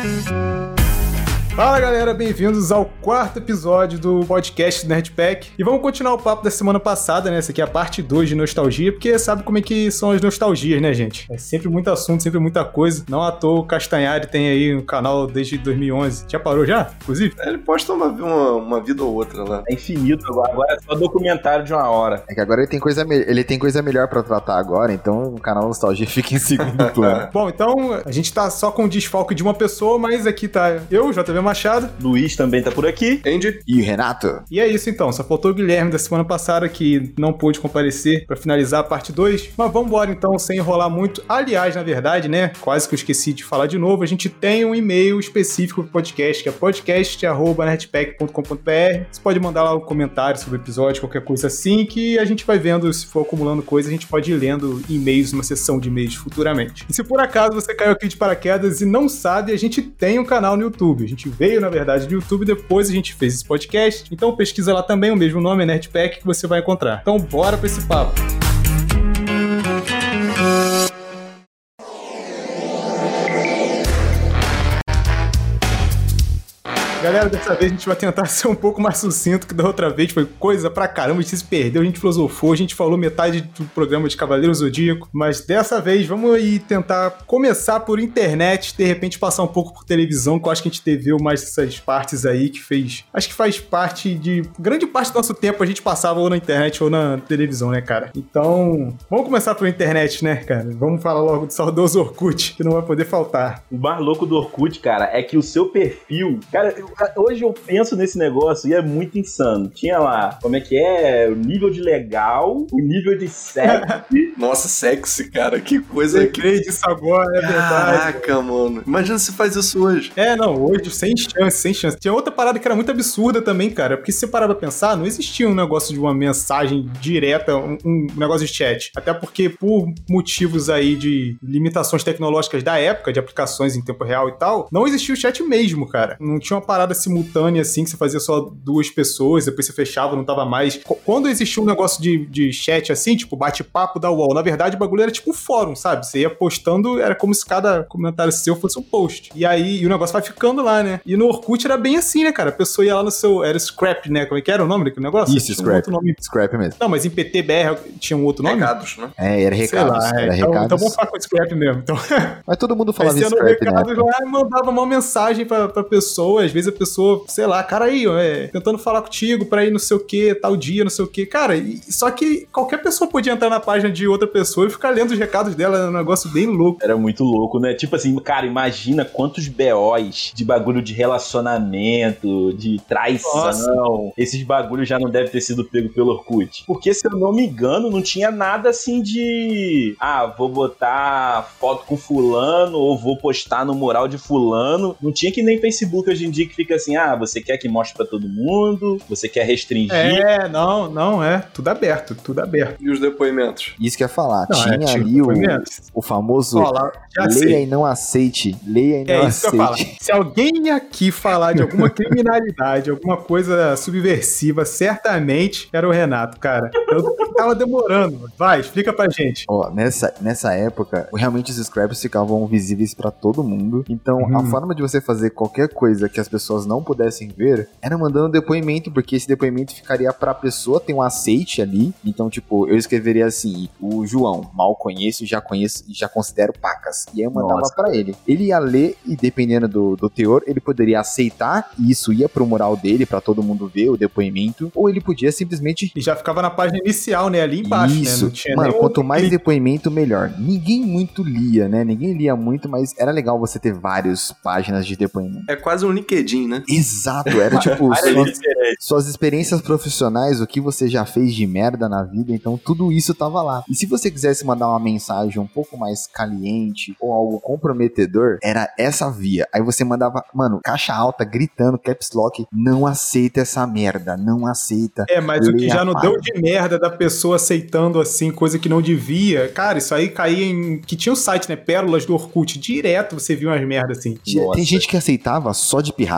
Fala galera, bem-vindos ao quarto episódio do podcast do Nerdpack. E vamos continuar o papo da semana passada, né? Essa aqui é a parte 2 de nostalgia, porque sabe como é que são as nostalgias, né, gente? É sempre muito assunto, sempre muita coisa. Não à toa o Castanhari tem aí um canal desde 2011. Já parou já, inclusive? Ele posta uma vida ou outra lá. É infinito agora é só documentário de 1 hora. É que agora ele tem coisa melhor pra tratar agora, então o canal Nostalgia fica em segundo plano. Bom, então a gente tá só com o desfalque de uma pessoa, mas aqui tá eu, JV Machado. Luiz também tá por aqui. Andy. E o Renato? E é isso então, só faltou o Guilherme da semana passada que não pôde comparecer pra finalizar a parte 2. Mas vamos embora então, sem enrolar muito. Aliás, na verdade, né, quase que eu esqueci de falar de novo, a gente tem um e-mail específico pro podcast, que é podcast@nerdpack.com.br. Você pode mandar lá um comentário sobre o episódio, qualquer coisa assim, que a gente vai vendo, se for acumulando coisa, a gente pode ir lendo e-mails, uma sessão de e-mails futuramente. E se por acaso você caiu aqui de paraquedas e não sabe, a gente tem um canal no YouTube. A gente veio, na verdade, do YouTube, depois a gente fez esse podcast. Então pesquisa lá também, o mesmo nome é Nerdpack, que você vai encontrar. Então bora pra esse papo. Galera, dessa vez a gente vai tentar ser um pouco mais sucinto que da outra vez. Foi coisa pra caramba, a gente se perdeu, a gente filosofou, a gente falou metade do programa de Cavaleiro Zodíaco. Mas dessa vez vamos aí tentar começar por internet, de repente passar um pouco por televisão, que eu acho que a gente viu mais essas partes aí que fez... Acho que faz parte de... Grande parte do nosso tempo a gente passava ou na internet ou na televisão, né, cara? Então, vamos começar por internet, né, cara? Vamos falar logo do saudoso Orkut, que não vai poder faltar. O mais louco do Orkut, cara, é que o seu perfil... Cara, hoje eu penso nesse negócio e é muito insano. Tinha lá, como é que é? O nível de legal, o nível de sexy. Nossa, sexy, cara. Que coisa. Lembrei disso agora, é verdade. Caraca, mano. Imagina se faz isso hoje. É, não, hoje sem chance, sem chance. Tinha outra parada que era muito absurda também, cara, porque se você parar pra pensar, não existia um negócio de uma mensagem direta, um negócio de chat. Até porque, por motivos aí de limitações tecnológicas da época, de aplicações em tempo real e tal, não existia o chat mesmo, cara. Não tinha uma parada simultânea, assim, que você fazia só 2 pessoas, depois você fechava, não tava mais. Quando existia um negócio de chat, assim, tipo, bate-papo da UOL, na verdade, o bagulho era tipo um fórum, sabe? Você ia postando, era como se cada comentário seu fosse um post. E aí, o negócio vai ficando lá, né? E no Orkut era bem assim, né, cara? A pessoa ia lá no seu... Era Scrap, né? Como é que era o nome daquele negócio? Isso, Scrap. Outro nome. Scrap mesmo. Não, mas em PTBR tinha um outro nome? Recados, né? É, era recados. Sei lá, era então, recados. então vamos falar com o Scrap mesmo. Então... Mas todo mundo falava Aí, Scrap, recados né? lá e mandava uma mensagem pra pessoa. Às vezes a pessoa, sei lá, cara aí, ó, tentando falar contigo pra ir não sei o que, tal dia, não sei o que. Cara, só que qualquer pessoa podia entrar na página de outra pessoa e ficar lendo os recados dela, era um negócio bem louco. Era muito louco, né? Tipo assim, cara, imagina quantos BOs de bagulho de relacionamento, de traição. Nossa. Esses bagulhos já não devem ter sido pego pelo Orkut. Porque, se eu não me engano, não tinha nada assim de... vou botar foto com fulano ou vou postar no mural de fulano. Não tinha que nem Facebook hoje em dia que fica assim, você quer que mostre pra todo mundo? Você quer restringir? Não, tudo aberto, tudo aberto. E os depoimentos? Isso que eu ia falar. Não, tinha ali o famoso leia e não aceite. Leia e não aceite. Isso que eu falo. Se alguém aqui falar de alguma criminalidade, alguma coisa subversiva, certamente era o Renato, cara. Eu tava demorando. Vai, explica pra gente. Nessa época, realmente os scraps ficavam visíveis pra todo mundo. Então, a forma de você fazer qualquer coisa que as pessoas não pudessem ver era mandando depoimento, porque esse depoimento ficaria pra pessoa ter um aceite ali. Então, tipo, eu escreveria assim: o João, mal conheço e já considero pacas. E aí eu mandava pra ele. Ele ia ler e, dependendo do teor, ele poderia aceitar e isso ia pro mural dele, pra todo mundo ver o depoimento, ou ele podia simplesmente... E já ficava na página inicial, né? Ali embaixo, isso. Né? Não tinha mano, quanto mais depoimento, melhor. Ninguém muito lia, né? Ninguém lia muito, mas era legal você ter várias páginas de depoimento. É quase um LinkedIn, né? Exato, era tipo suas experiências profissionais, o que você já fez de merda na vida, então tudo isso tava lá. E se você quisesse mandar uma mensagem um pouco mais caliente ou algo comprometedor, era essa via. Aí você mandava, mano, caixa alta, gritando, caps lock, não aceita essa merda, não aceita. Mas o que já não deu de merda da pessoa aceitando assim, coisa que não devia, cara, isso aí caía em... Que tinha o site, né, Pérolas do Orkut, direto você viu umas merdas assim. Tem gente que aceitava só de pirraça.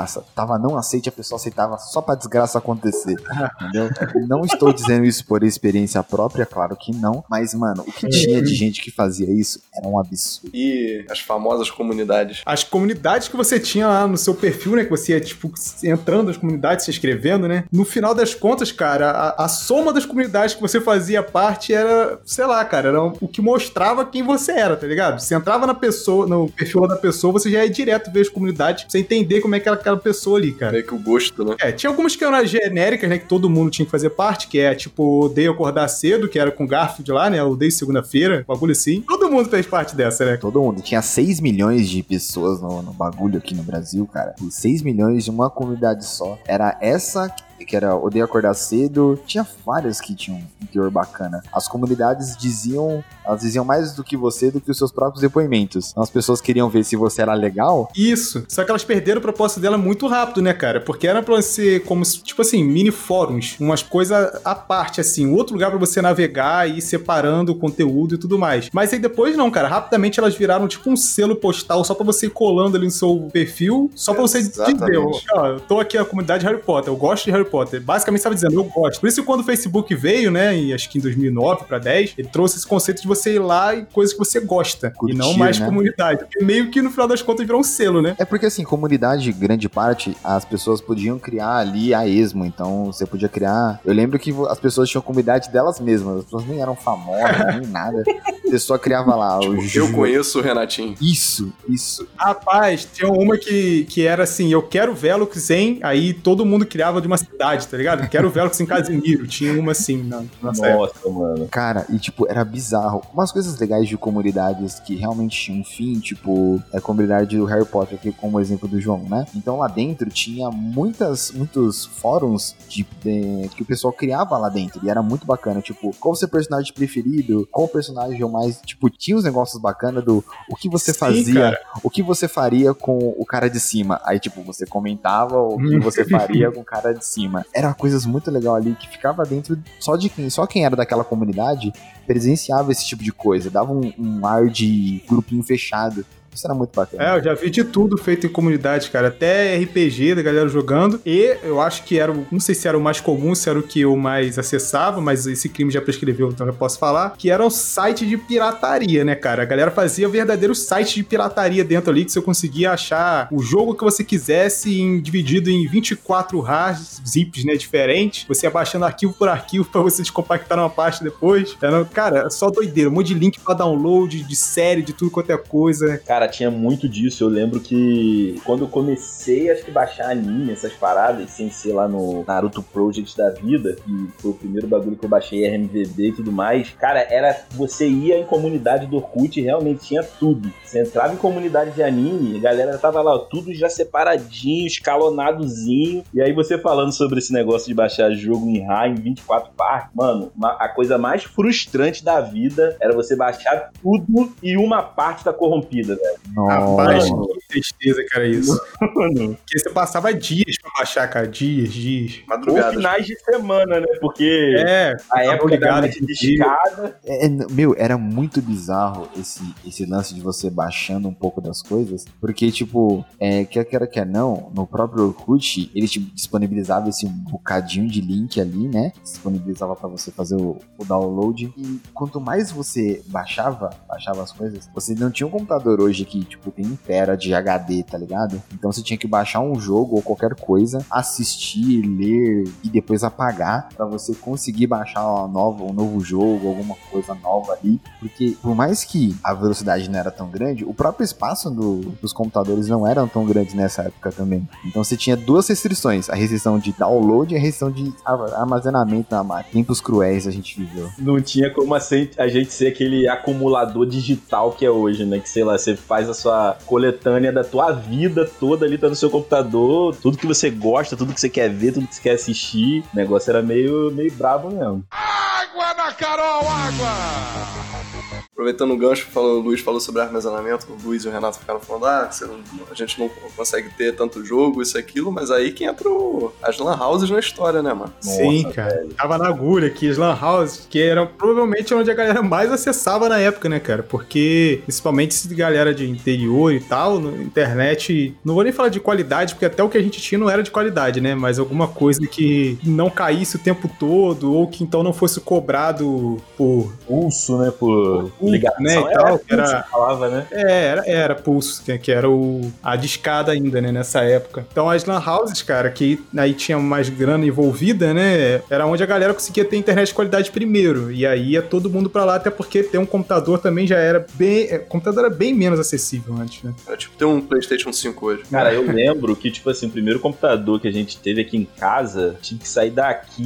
desgraça. Tava não aceite, a pessoa aceitava só pra desgraça acontecer, entendeu? Não estou dizendo isso por experiência própria, claro que não, mas, mano, o que tinha de gente que fazia isso era um absurdo. E as famosas comunidades. As comunidades que você tinha lá no seu perfil, né? Que você ia, tipo, entrando nas comunidades, se inscrevendo, né? No final das contas, cara, a soma das comunidades que você fazia parte era, sei lá, cara, era o que mostrava quem você era, tá ligado? Você entrava na pessoa, no perfil da pessoa, você já ia direto ver as comunidades pra você entender como é que era aquela pessoa ali, cara. Meio que o gosto, né? Tinha algumas que eram genéricas, né? Que todo mundo tinha que fazer parte, que é, tipo, Odeio Acordar Cedo, que era com Garfield lá, né? Odeio Segunda-feira, bagulho assim. Todo mundo fez parte dessa, né? Todo mundo. Tinha 6 milhões de pessoas no bagulho aqui no Brasil, cara. E 6 milhões de uma comunidade só. Era essa que era Odeio Acordar Cedo. Tinha várias que tinham um teor bacana. As comunidades diziam mais do que você, do que os seus próprios depoimentos. Então, as pessoas queriam ver se você era legal. Isso. Só que elas perderam o propósito dela muito rápido, né, cara? Porque era pra ser como, tipo assim, mini fóruns. Umas coisas à parte, assim. Outro lugar pra você navegar e ir separando o conteúdo e tudo mais. Mas aí depois não, cara. Rapidamente elas viraram tipo um selo postal só pra você ir colando ali no seu perfil. Só pra você dizer, ó, eu tô aqui na comunidade Harry Potter. Eu gosto de Harry Potter. Basicamente estava dizendo, eu gosto. Por isso que quando o Facebook veio, né, e acho que em 2009 pra 10, ele trouxe esse conceito de você ir lá e coisas que você gosta. Curtir, e não mais, né, comunidade. Porque meio que no final das contas virou um selo, né? É porque assim, comunidade, grande parte, as pessoas podiam criar ali a esmo. Então você podia criar... Eu lembro que as pessoas tinham comunidade delas mesmas. As pessoas nem eram famosas, nem nada. A pessoa criava lá o Eu conheço o Renatinho. Isso. Rapaz, tinha uma que era assim, eu quero Velox em... Aí todo mundo criava de uma cidade, tá ligado? Quero Velox em Casimiro. Tinha uma assim, Nossa, mano. Cara, e tipo, era bizarro. Umas coisas legais de comunidades que realmente tinham um fim, tipo, a comunidade do Harry Potter, aqui como exemplo do João, né? Então lá dentro tinha muitos fóruns que o pessoal criava lá dentro. E era muito bacana, tipo, qual o seu personagem preferido? Qual o personagem é o mais... Tipo, tinha uns negócios bacanas do o que você fazia, cara. O que você faria com o cara de cima. Aí, tipo, você comentava o que você faria com o cara de cima. Era coisas muito legal ali que ficava dentro só quem era daquela comunidade presenciava esse tipo de coisa, dava um ar de grupinho fechado. Isso era muito bacana. Eu já vi de tudo feito em comunidade, cara. Até RPG da galera jogando. E eu acho que era, não sei se era o mais comum, se era o que eu mais acessava, mas esse crime já prescreveu, então já posso falar, que era um site de pirataria, né, cara? A galera fazia verdadeiro site de pirataria dentro ali, que você conseguia achar o jogo que você quisesse dividido em 24 RARs, zips, né, diferentes. Você ia baixando arquivo por arquivo pra você descompactar numa pasta depois. Era, cara, só doideira. Um monte de link pra download, de série, de tudo quanto é coisa. Cara, tinha muito disso. Eu lembro que quando eu comecei, acho que baixar anime, essas paradas, sem ser lá no Naruto Project da vida, que foi o primeiro bagulho que eu baixei, RMVB e tudo mais, cara, era você ia em comunidade do Orkut e realmente tinha tudo. Você entrava em comunidade de anime, a galera tava lá, tudo já separadinho, escalonadozinho, e aí você falando sobre esse negócio de baixar jogo em RAR em 24 partes, mano, a coisa mais frustrante da vida era você baixar tudo e uma parte tá corrompida, velho. Rapaz, que tristeza, cara, isso. Porque você passava dias pra baixar, cara. Dias. Madrugadas. Ou finais de semana, né? Porque a época da net de escada... Era muito bizarro esse lance de você baixando um pouco das coisas, porque, tipo, quer não, no próprio Orkut, ele disponibilizava esse bocadinho de link ali, né? Disponibilizava pra você fazer o download, e quanto mais você baixava as coisas, você não tinha um computador hoje que, tipo, tem 1 tera de HD, tá ligado? Então você tinha que baixar um jogo ou qualquer coisa, assistir, ler e depois apagar pra você conseguir baixar um novo jogo, alguma coisa nova ali, porque por mais que a velocidade não era tão grande, o próprio espaço dos computadores não eram tão grandes nessa época também. Então você tinha 2 restrições, a restrição de download e a restrição de armazenamento na máquina. Tempos cruéis a gente viveu. Não tinha como a gente ser aquele acumulador digital que é hoje, né? Que, sei lá, você faz a sua coletânea da tua vida toda ali, tá no seu computador, tudo que você gosta, tudo que você quer ver, tudo que você quer assistir. O negócio era meio brabo mesmo. Água na Carol, água! aproveitando o gancho, o Luiz falou sobre armazenamento, o Luiz e o Renato ficaram falando, a gente não consegue ter tanto jogo, isso e aquilo, mas aí que entra as lan houses na história, né, mano? Sim, Nossa, cara. velho. Tava na agulha aqui, as lan houses, que eram provavelmente onde a galera mais acessava na época, né, cara? Porque, principalmente se galera de interior e tal, internet, não vou nem falar de qualidade, porque até o que a gente tinha não era de qualidade, né? Mas alguma coisa que não caísse o tempo todo, ou que então não fosse cobrado por Pulso, né? Por ligação, né, e tal, que era... Pulso, falava, né? Era Pulso, que era a discada ainda, né, nessa época. Então as lan houses, cara, que aí tinha mais grana envolvida, né, era onde a galera conseguia ter internet de qualidade primeiro, e aí ia todo mundo pra lá, até porque ter um computador também já era bem... O computador era bem menos acessível antes, né? Era tipo ter um PlayStation 5 hoje. Cara, eu lembro que, tipo assim, o primeiro computador que a gente teve aqui em casa tinha que sair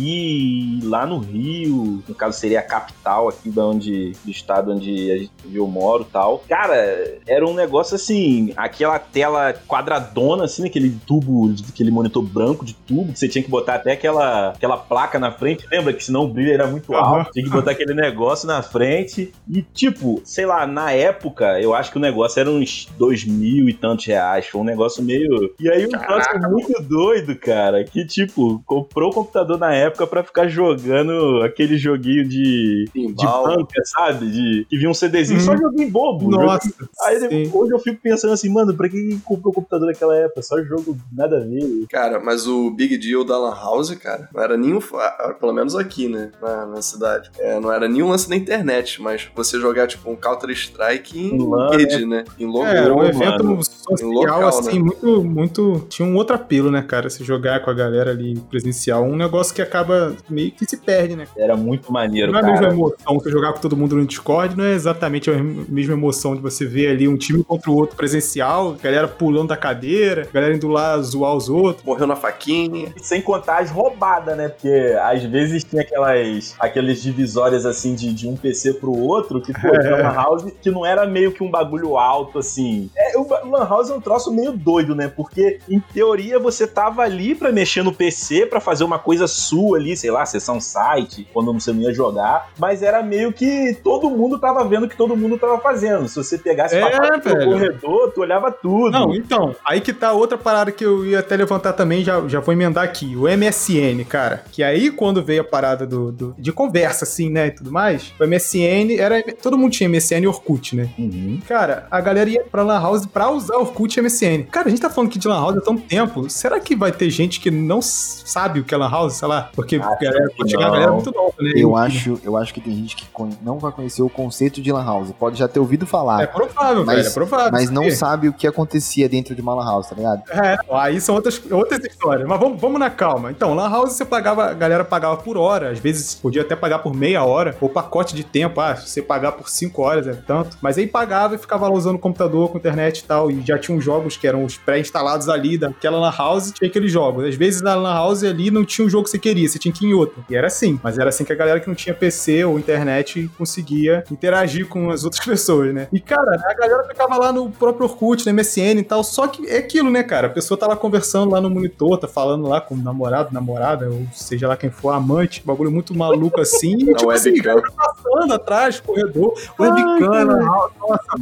daqui lá no Rio, no caso seria a capital aqui do estado onde eu moro e tal. Cara, era um negócio assim, aquela tela quadradona, assim, aquele tubo, aquele monitor branco de tubo, que você tinha que botar até aquela placa na frente, lembra? Que senão o brilho era muito alto, tinha que botar aquele negócio na frente e, tipo, sei lá, na época, eu acho que o negócio era uns 2.000 e tantos reais, foi um negócio meio... E aí um negócio muito doido, cara, que, tipo, comprou o computador na época pra ficar jogando aquele joguinho de banca, sabe? Que vinha um CDzinho, só joguinho bobo. Nossa. Aí hoje eu fico pensando assim, mano, pra que comprou o computador naquela época? Só jogo nada a ver. Cara, mas o big deal da Lan House, cara, não era nenhum, pelo menos aqui, né, na cidade, não era nenhum lance da internet, mas você jogar, tipo, um Counter-Strike em rede, né? Em local, era um evento social, local, assim, né? muito... Tinha um outro apelo, né, cara? Se jogar com a galera ali presencial, um negócio que acaba meio que se perde, né? Era muito maneiro, não cara. Não é a mesma emoção você jogar com todo mundo no Discord, não é exatamente a mesma emoção de você ver ali um time contra o outro presencial, galera pulando da cadeira, galera indo lá zoar os outros. Morreu na faquinha. E sem contar as roubadas, né? Porque às vezes tinha aquelas divisórias assim de um PC pro outro, que pô, tinha uma house que não era meio que um bagulho alto, assim. O Lan House é um troço meio doido, né? Porque, em teoria, você tava ali pra mexer no PC, pra fazer uma coisa sua ali, sei lá, acessar um site, quando você não ia jogar, mas era meio que todo mundo tava vendo o que todo mundo tava fazendo. Se você pegasse no corredor, tu olhava tudo. Não, então, aí que tá outra parada que eu ia até levantar também, já vou emendar aqui, o MSN, cara, que aí quando veio a parada de conversa, assim, né, e tudo mais, o MSN, todo mundo tinha MSN e Orkut, né? Uhum. Cara, a galera ia pra Lan House pra usar Orkut e MSN. Cara, a gente tá falando aqui de Lan House há tanto tempo, será que vai ter gente que não sabe o que é Lan House, sei lá? Porque pode chegar a galera muito nova, né? Eu acho que tem gente que não vai conhecer o conceito de Lan House, pode já ter ouvido falar. É provável, velho, é provável. Mas não sabe o que acontecia dentro de uma Lan House, tá ligado? Aí são outras histórias. Mas vamos na calma. Então, Lan House a galera pagava por hora, às vezes podia até pagar por meia hora, ou pacote de tempo, se você pagar por 5 horas é tanto. Mas aí pagava e ficava lá usando o computador com internet e tal, e já tinham jogos que eram os pré-instalados ali daquela Lan House, tinha aqueles jogos. Às vezes na Lan House ali não tinha o jogo que você queria, você tinha que ir em outro. E era assim, mas era assim que a galera que não tinha PC ou internet conseguia interagir com as outras pessoas, né? E, cara, a galera ficava lá no próprio Orkut, no MSN e tal, só que é aquilo, né, cara? A pessoa tá lá conversando lá no monitor, tá falando lá com o namorado, namorada, ou seja lá quem for, amante, bagulho muito maluco assim, e tipo assim, cara passando atrás, corredor, webcam, nossa,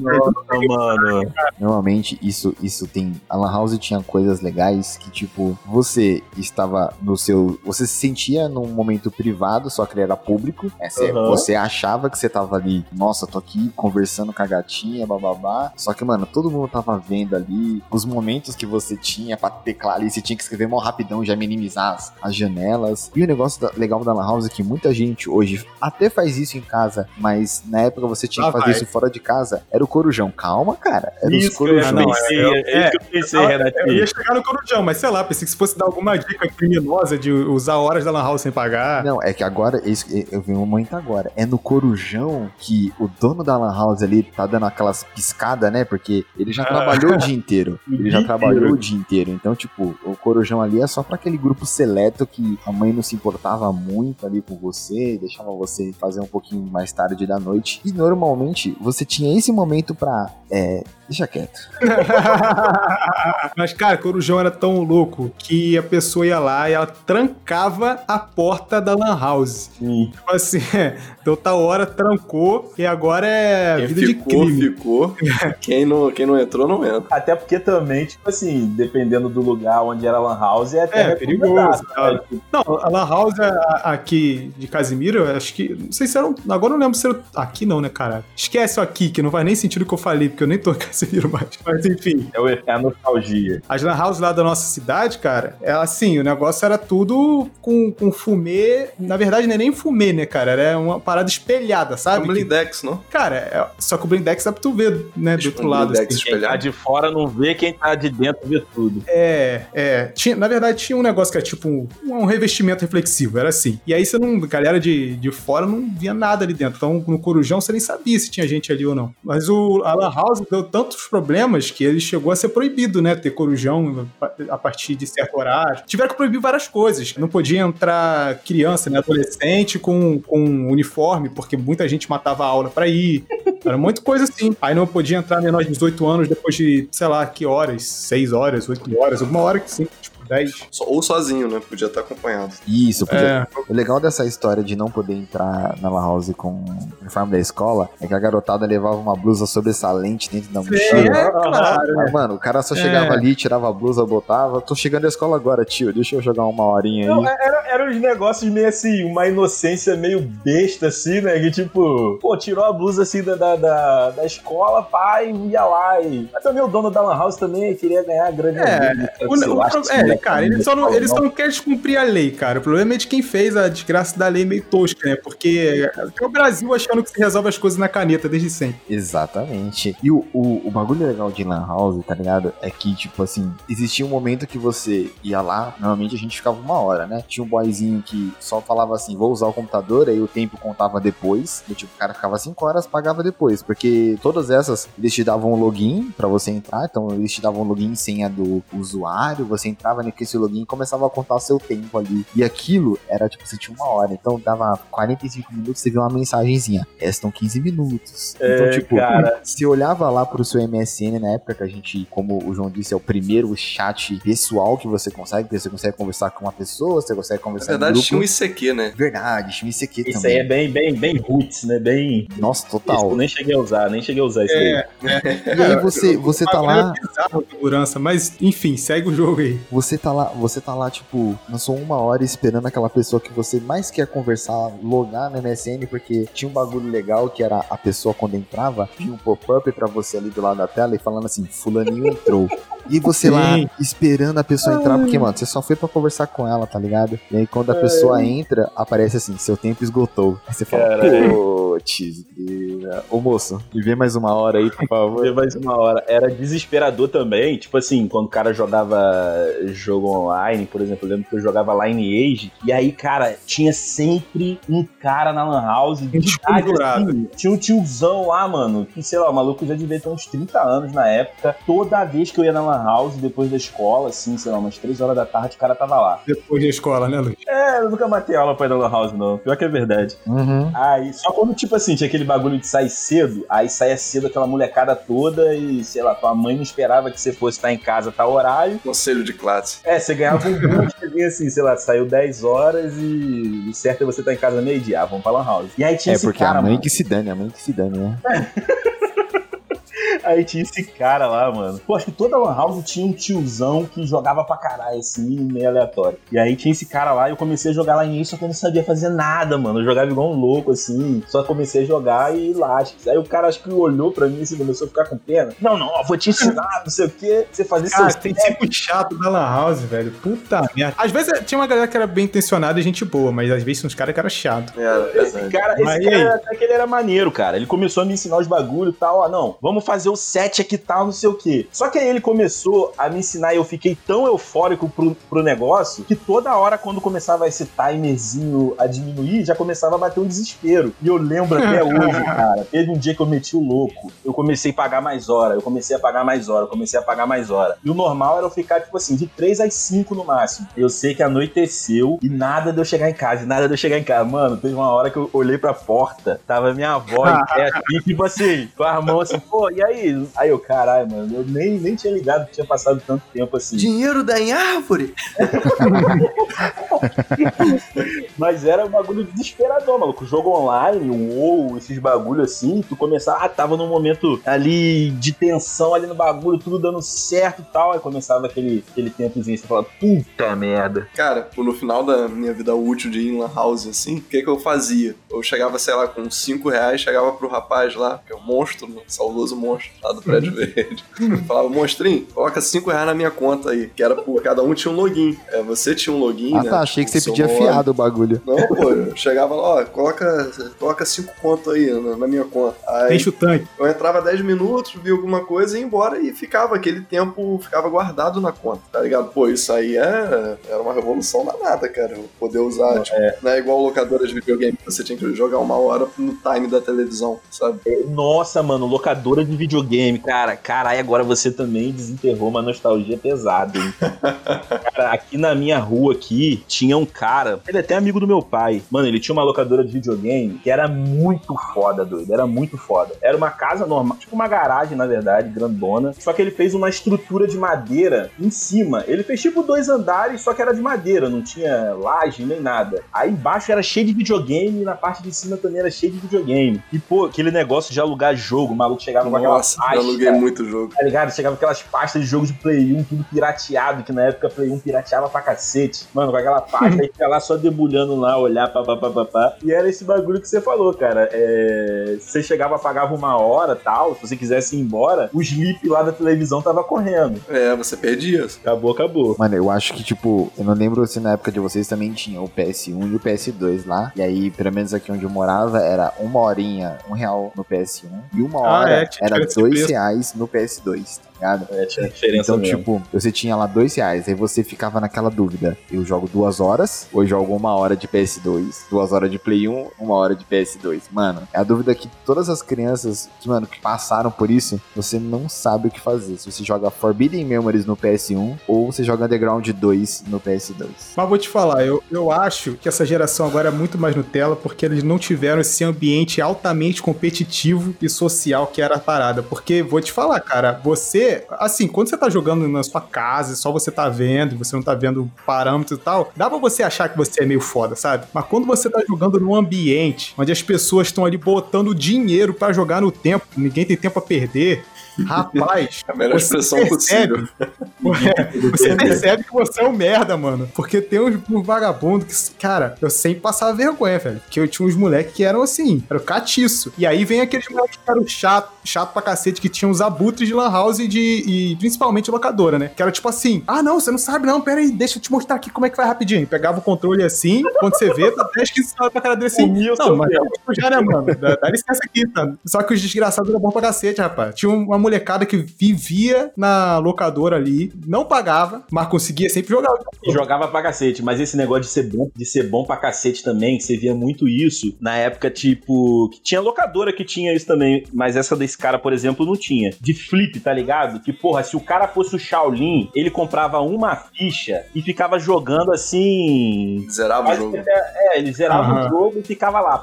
mano. Normalmente, isso tem... A Lan House tinha coisas legais que, tipo, você estava no seu... Você se sentia num momento privado, só que ele era público. Você achava que você tava ali, nossa, tô aqui conversando com a gatinha, bababá. Só que, mano, todo mundo tava vendo ali os momentos que você tinha pra teclar ali. Você tinha que escrever mó rapidão, já minimizar as janelas. E o negócio legal da Lan House é que muita gente hoje até faz isso em casa, mas na época você tinha que fazer isso fora de casa. Era o Corujão. Calma, cara. Era os Corujão. É isso que eu pensei, Renatinho. Eu ia chegar no Corujão, mas sei lá, pensei que se fosse dar alguma dica criminosa de usar horas da Lan House sem pagar. Não, é que agora, eu vi um momento agora. É no Corujão que o dono da Lan House ali tá dando aquelas piscadas, né? Porque ele já trabalhou o dia inteiro. Então, tipo, o Corujão ali é só pra aquele grupo seleto que a mãe não se importava muito ali com você, deixava você fazer um pouquinho mais tarde da noite. E normalmente você tinha esse momento pra... Deixa quieto. Mas, cara, Corujão era tão louco que a pessoa ia lá e ela trancava a porta da Lan House. Tipo assim, deu tal hora, trancou, e E agora é Quem vida de crime. Ficou. Quem não entrou, não entra. Até porque também, tipo assim, dependendo do lugar onde era Lan House, é até perigoso. Não, a Lan House aqui de Casimiro, acho que. Não sei se era. Agora eu não lembro se era. Aqui não, né, cara? Esquece o aqui, que não faz nem sentido o que eu falei, porque eu nem tô em Casimiro mais. Mas enfim. É a nostalgia. As Lan House lá da nossa cidade, cara, é assim, o negócio era tudo com fumê. Na verdade, não é nem fumê, né, cara? Era uma parada espelhada, sabe? É um blindex, não? Cara, só que o blindex dá pra tu ver, né, do outro lado. Assim. Quem tá de fora não vê, quem tá de dentro vê tudo. Na verdade, tinha um negócio que era tipo um revestimento reflexivo, era assim. E aí você não, galera de fora não via nada ali dentro. Então, no Corujão, você nem sabia se tinha gente ali ou não. Mas a Lan House deu tantos problemas que ele chegou a ser proibido, né, ter Corujão a partir de certo horário. Tiveram que proibir várias coisas. Não podia entrar criança, né, adolescente com uniforme, porque muita gente matava a aula pra ir. Era muita coisa assim. Aí não podia entrar menor de 18 anos depois de, sei lá, que horas? 6 horas, 8 horas, alguma hora que sim. 10. Ou sozinho, né? Podia estar acompanhado. Isso, podia. O legal dessa história de não poder entrar na Lan House com o uniforme da escola é que a garotada levava uma blusa sobressalente dentro da mochila. Claro. Mas, mano, o cara só chegava ali, tirava a blusa, botava. Tô chegando da escola agora, tio. Deixa eu jogar uma horinha aí. Não, eram uns negócios meio assim, uma inocência meio besta, assim, né? Que tipo, pô, tirou a blusa assim da escola, pai, ia lá. Mas também o dono da Lan House também queria ganhar grande cara, eles só não querem descumprir a lei, cara. O problema é de quem fez a desgraça da lei meio tosca, né? Porque é o Brasil achando que se resolve as coisas na caneta desde sempre. Exatamente. E o bagulho legal de Lan House, tá ligado? É que, tipo assim, existia um momento que você ia lá, normalmente a gente ficava 1 hora, né? Tinha um boyzinho que só falava assim, vou usar o computador, aí o tempo contava depois. E, tipo, o cara ficava 5 horas, pagava depois. Porque todas essas, eles te davam um login pra você entrar, então eles te davam um login e senha do usuário, você entrava com esse login e começava a contar o seu tempo ali. E aquilo era, tipo, você tinha 1 hora, então dava 45 minutos, você via uma mensagenzinha, restam 15 minutos. Então, tipo, cara, você olhava lá pro seu MSN na época que a gente, como o João disse, é o primeiro chat pessoal que você consegue, porque você consegue conversar com uma pessoa, você consegue conversar na verdade, tinha um ICQ, né? Verdade, tinha um ICQ também. Isso aí é bem roots, né? Bem... Nossa, total. Eu nem cheguei a usar isso aí. E aí você tá lá... Segurança, mas, enfim, segue o jogo aí. Você tá lá, tipo, passou 1 hora esperando aquela pessoa que você mais quer conversar, logar no MSN, porque tinha um bagulho legal que era a pessoa quando entrava, tinha um pop-up pra você ali do lado da tela e falando assim, fulaninho entrou. E você lá esperando a pessoa entrar, porque, mano, você só foi pra conversar com ela, tá ligado? E aí quando a pessoa entra, aparece assim, seu tempo esgotou. Aí você fala, putz, ô moço, me vê mais 1 hora aí, por favor. Me vê mais 1 hora. Era desesperador também, tipo assim, quando o cara jogava jogo online, por exemplo, eu lembro que eu jogava Lineage, e aí, cara, tinha sempre um cara na Lan House de idade, assim, tinha um tiozão lá, mano, que, sei lá, o maluco já devia ter uns 30 anos na época. Toda vez que eu ia na Lan House, depois da escola, assim, sei lá, umas 3 horas da tarde, o cara tava lá. Depois da escola, né, Luiz? Eu nunca matei aula pra ir na Lan House, não. Pior que é verdade. Aí, só quando, tipo assim, tinha aquele bagulho de sair cedo, aí saia cedo aquela molecada toda e, sei lá, tua mãe não esperava que você fosse estar em casa a tal horário. Conselho de classe. Você ganhava um boost, assim, sei lá, saiu 10 horas e o certo é você estar em casa meio-dia, vamos pra Lan House. E aí tinha esse porque cara, a mãe que se dane, né? Aí tinha esse cara lá, mano. Pô, acho que toda Lan House tinha um tiozão que jogava pra caralho, assim, meio aleatório. E aí tinha esse cara lá e eu comecei a jogar lá em só que eu não sabia fazer nada, mano. Eu jogava igual um louco, assim. Só comecei a jogar e lascas. Aí o cara acho que olhou pra mim e assim, começou a ficar com pena. Não, eu vou te ensinar, não sei o quê. Você fazer cara, tem tipo chato da Lan House, velho. Puta merda. Às vezes tinha uma galera que era bem intencionada e gente boa, mas às vezes tinha uns caras que eram chato. Esse cara até que ele era maneiro, cara. Ele começou a me ensinar os bagulho e tal. Ó, não, vamos fazer o set aqui tal, não sei o quê. Só que aí ele começou a me ensinar e eu fiquei tão eufórico pro negócio que toda hora quando começava esse timerzinho a diminuir, já começava a bater um desespero. E eu lembro até hoje, cara, teve um dia que eu meti o louco. Eu comecei a pagar mais hora, comecei a pagar mais hora. E o normal era eu ficar, tipo assim, de 3 às 5 no máximo. Eu sei que anoiteceu e nada de eu chegar em casa, Mano, teve uma hora que eu olhei pra porta, tava minha avó em pé aqui, tipo assim, com a mão assim, pô, e aí? aí. Aí eu, caralho, mano, eu nem tinha ligado que tinha passado tanto tempo assim. Dinheiro dá em árvore? Mas era um bagulho desesperador, maluco. Jogo online, o WoW, esses bagulho assim, tu começava, tava num momento ali de tensão ali no bagulho, tudo dando certo e tal, aí começava aquele tempozinho, você falava, puta merda. Cara, no final da minha vida útil de ir em lan house, assim, o que eu fazia? Eu chegava, sei lá, com R$5, chegava pro rapaz lá, que é o monstro, o saudoso monstro lá do Prédio Verde. Falava, monstrinho, coloca R$5 na minha conta aí, que era por cada um tinha um login. Você tinha um login, né? Tá, achei que você pedia fiado o bagulho. Não, pô, eu chegava lá, ó, coloca 5 conto aí na minha conta. Aí enche o tanque. eu entrava 10 minutos, via alguma coisa e ia embora e ficava, aquele tempo ficava guardado na conta, tá ligado? Pô, isso aí era uma revolução danada, cara. Poder usar, tipo, não é igual locadora de videogame, você tinha que jogar 1 hora no time da televisão, sabe? Nossa, mano, locadora de videogame, cara. Caralho, agora você também desenterrou uma nostalgia pesada, hein? Cara, aqui na minha rua aqui, tinha um cara, ele é até amigo do meu pai. Mano, ele tinha uma locadora de videogame que era muito foda, doido. Era muito foda. Era uma casa normal, tipo uma garagem, na verdade, grandona. Só que ele fez uma estrutura de madeira em cima. Ele fez tipo 2 andares, só que era de madeira, não tinha laje nem nada. Aí embaixo era cheio de videogame e na parte de cima também era cheio de videogame. E, pô, aquele negócio de alugar jogo, o maluco chegava com aquela pasta. Eu aluguei muito jogo. Tá ligado? Chegava com aquelas pastas de jogo de Play 1, tudo pirateado, que na época Play 1 pirateava pra cacete. Mano, com aquela pasta aí, fica lá só debulhando lá, olhar, pá. E era esse bagulho que você falou, cara. Você chegava, pagava 1 hora, tal, se você quisesse ir embora, o sleep lá da televisão tava correndo. Você perdia. Acabou. Mano, eu acho que, tipo, eu não lembro se na época de vocês também tinha o PS1 e o PS2 lá. E aí, pelo menos aqui onde eu morava, era 1 horinha, R$1 no PS1 e 1 hora era R$2 no PS2, tá ligado? Tinha diferença então, mesmo. tipo, você tinha lá R$2, aí você ficava naquela dúvida. Eu jogo 2 horas ou eu jogo 1 hora de PS2? 2 horas de Play 1, 1 hora de PS2. Mano, é a dúvida que todas as crianças, mano, que passaram por isso, você não sabe o que fazer. Se você joga Forbidden Memories no PS1 ou você joga Underground 2 no PS2. Mas vou te falar, eu acho que essa geração agora é muito mais Nutella porque eles não tiveram esse ambiente altamente competitivo e social que era a parada. Porque, vou te falar, cara, você, assim, quando você tá jogando na sua casa, só você tá vendo, você não tá vendo parâmetros e tal, dá pra você achar que você é meio foda, sabe? Mas quando você tá jogando num ambiente onde as pessoas estão ali botando dinheiro pra jogar no tempo, ninguém tem tempo a perder, rapaz, a melhor expressão possível. Você percebe que você é um merda, mano. Porque tem uns vagabundos que, cara, eu sempre passava vergonha, velho. Porque eu tinha uns moleques que eram assim, era o catiço. E aí vem aqueles moleques que eram chato pra cacete, que tinham os abutres de lan house e principalmente locadora, né? Que era tipo assim, não, você não sabe não, pera aí, deixa eu te mostrar aqui como é que vai rapidinho. Pegava o controle assim, quando você vê, tá 10, 15 horas pra cara dele assim. Não, mas já, né, mano? Dá licença aqui, tá? Só que os desgraçados eram bons pra cacete, rapaz. Tinha uma molecada que vivia na locadora ali, não pagava, mas conseguia sempre jogar. Jogava pra cacete, mas esse negócio de ser bom pra cacete também, que você via muito isso na época, tipo, que tinha locadora que tinha isso também, mas essa desse cara, por exemplo, não tinha. De flip, tá ligado? Que, porra, se o cara fosse o Shaolin, ele comprava uma ficha e ficava jogando assim... Zerava o jogo. Ele zerava o jogo e ficava lá,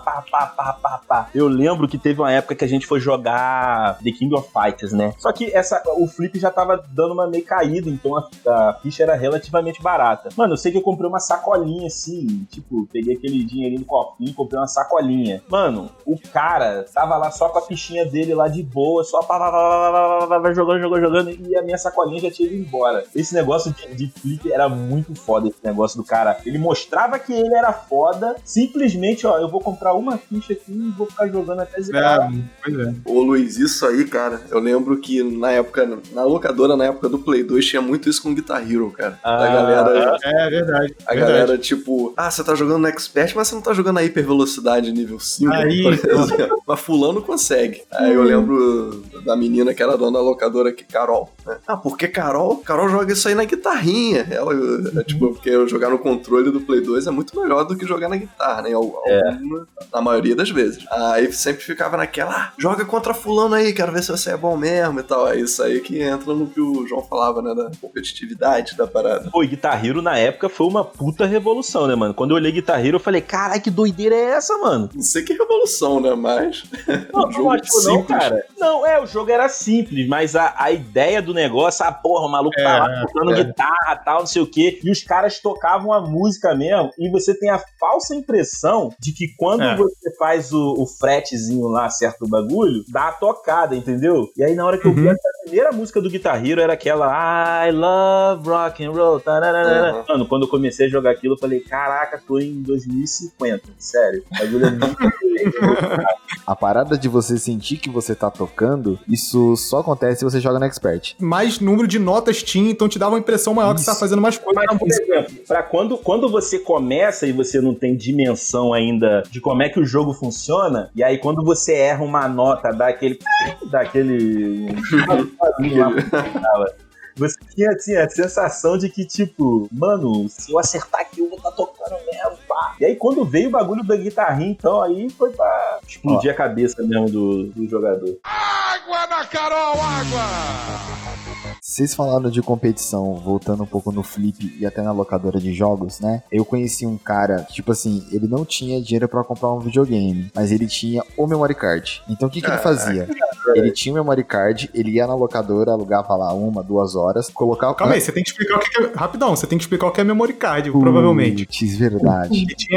pá. Eu lembro que teve uma época que a gente foi jogar The King of Fighters, né? Só que o flip já tava dando uma meio caída, então a ficha era relativamente barata. Mano, eu sei que eu comprei uma sacolinha assim, tipo, peguei aquele dinheirinho no cofrinho, comprei uma sacolinha. Mano, o cara tava lá só com a fichinha dele lá de boa, só jogando, e a minha sacolinha já tinha ido embora. Esse negócio de flip era muito foda, esse negócio do cara. Ele mostrava que ele era foda, simplesmente, ó, eu vou comprar uma ficha aqui e vou ficar jogando até zerar. Pois é. Ô Luiz, isso aí, cara, eu lembro que na locadora, na época do Play 2, tinha muito isso com Guitar Hero, cara. A galera... É verdade. A galera, tipo, você tá jogando no Expert, mas você não tá jogando na hipervelocidade nível 5, aí, por exemplo. Mas fulano consegue. Aí eu lembro da menina que era dona da locadora aqui, Carol, né? Porque Carol joga isso aí na guitarrinha. Ela, tipo, porque jogar no controle do Play 2 é muito melhor do que jogar na guitarra, né? Na maioria das vezes. Aí sempre ficava naquela, joga contra fulano aí, quero ver se você é bom mesmo. mesmo e tal. É isso aí que entra no que o João falava, né? Da competitividade da parada. Pô, e Guitar Hero na época foi uma puta revolução, né, mano? Quando eu olhei Guitar Hero, eu falei, caralho, que doideira é essa, mano? Não sei que revolução, né? Mas. Não, não acho não, cara. Não, o jogo era simples, mas a ideia do negócio, porra, o maluco tá lá tocando guitarra e tal, não sei o quê, e os caras tocavam a música mesmo, e você tem a falsa impressão de que quando você faz o fretezinho lá, acerta o bagulho, dá a tocada, entendeu? E aí na hora que eu vi a primeira música do Guitar Hero era aquela I love rock and roll. Mano, quando eu comecei a jogar aquilo, eu falei, caraca, tô em 2050, sério. O bagulho é muito A parada de você sentir que você tá tocando, isso só acontece se você joga no Expert. Mais número de notas tinha, então te dava uma impressão maior que você tá fazendo mais coisas. Mas, por exemplo, pra quando você começa e você não tem dimensão ainda de como é que o jogo funciona, e aí quando você erra uma nota, dá aquele você tinha assim, a sensação de que, tipo, mano, se eu acertar aqui, eu vou estar tocando mesmo, pá. E aí, quando veio o bagulho da guitarrinha, então, aí foi pra explodir a cabeça mesmo do jogador. Água na Carol, água! Vocês falaram de competição, voltando um pouco no Flip e até na locadora de jogos, né? Eu conheci um cara, tipo assim, ele não tinha dinheiro pra comprar um videogame, mas ele tinha o memory card. Então o que ele fazia? Ele tinha o memory card, ele ia na locadora, alugava lá 1, 2 horas, colocava... Calma aí, você tem que explicar o que é... Rapidão, você tem que explicar o que é memory card, provavelmente. Verdade. E tinha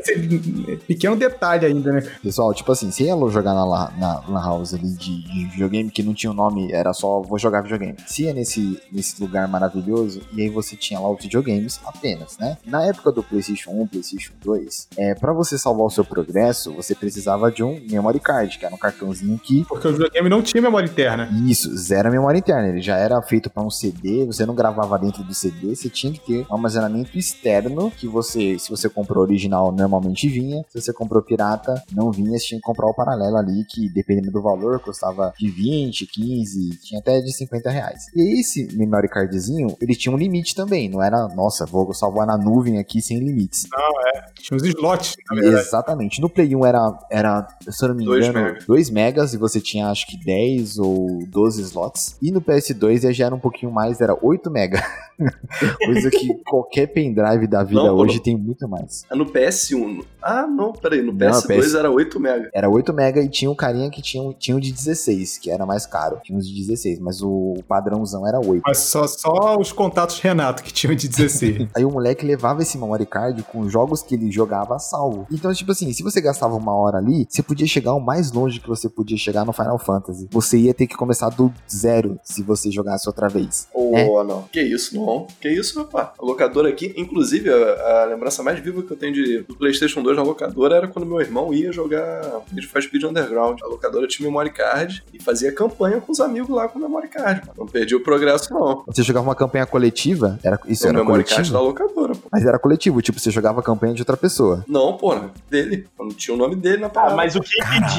esse pequeno detalhe ainda, né? Pessoal, tipo assim, você ia jogar na house ali de videogame, que não tinha o nome, era só vou jogar videogame. Se ia nesse lugar maravilhoso, e aí você tinha lá os videogames apenas, né? Na época do PlayStation 1, PlayStation 2, pra você salvar o seu progresso, você precisava de um memory card, que era um cartãozinho que... Porque o videogame não tinha memória interna. Isso, zero memória interna. Ele já era feito para um CD, você não gravava dentro do CD, você tinha que ter um armazenamento externo, que você, se você comprou original, normalmente vinha. Se você comprou pirata, não vinha, você tinha que comprar o paralelo ali, que dependendo do valor, custava de 20, 15, tinha até de 50 reais. E esse memory cardzinho, ele tinha um limite também, não era, nossa, vou salvar na nuvem aqui sem limites. Não, tinha os slots, na verdade. Exatamente. No Play 1 era, se eu não me engano, 2 megas, e você tinha acho que 10 ou 12 slots. E no PS2 já era um pouquinho mais, era 8 mega. Coisa que qualquer pendrive da vida hoje tem muito mais. No PS1. Ah, não, peraí. No PS2 era 8 mega. Era 8 mega e tinha um carinha que tinha um de 16, que era mais caro. Tinha uns de 16, mas o padrãozão era 8. Mas só os contatos Renato que tinham de 16. Aí o moleque levava esse memory card com jogos que ele jogava a salvo. Então, tipo assim, se você gastava 1 hora ali, você podia chegar o mais longe que você podia chegar no Final Fantasy. Você ia ter que começar do zero se você jogasse outra vez. Não. Que isso, não. Que isso, rapaz. A locadora aqui, inclusive, a lembrança mais viva que eu tenho do PlayStation 2 na locadora era quando meu irmão ia jogar Need for Speed Underground. A locadora tinha memory card e fazia campanha com os amigos lá com o memory card, mano. Não perdi o progresso, não. Você jogava uma campanha coletiva? Isso era memory coletivo? Card da locadora, pô. Mas era coletivo, tipo, você jogava a campanha de outra pessoa. Não, pô, dele. Não tinha o nome dele na parada. Mas o que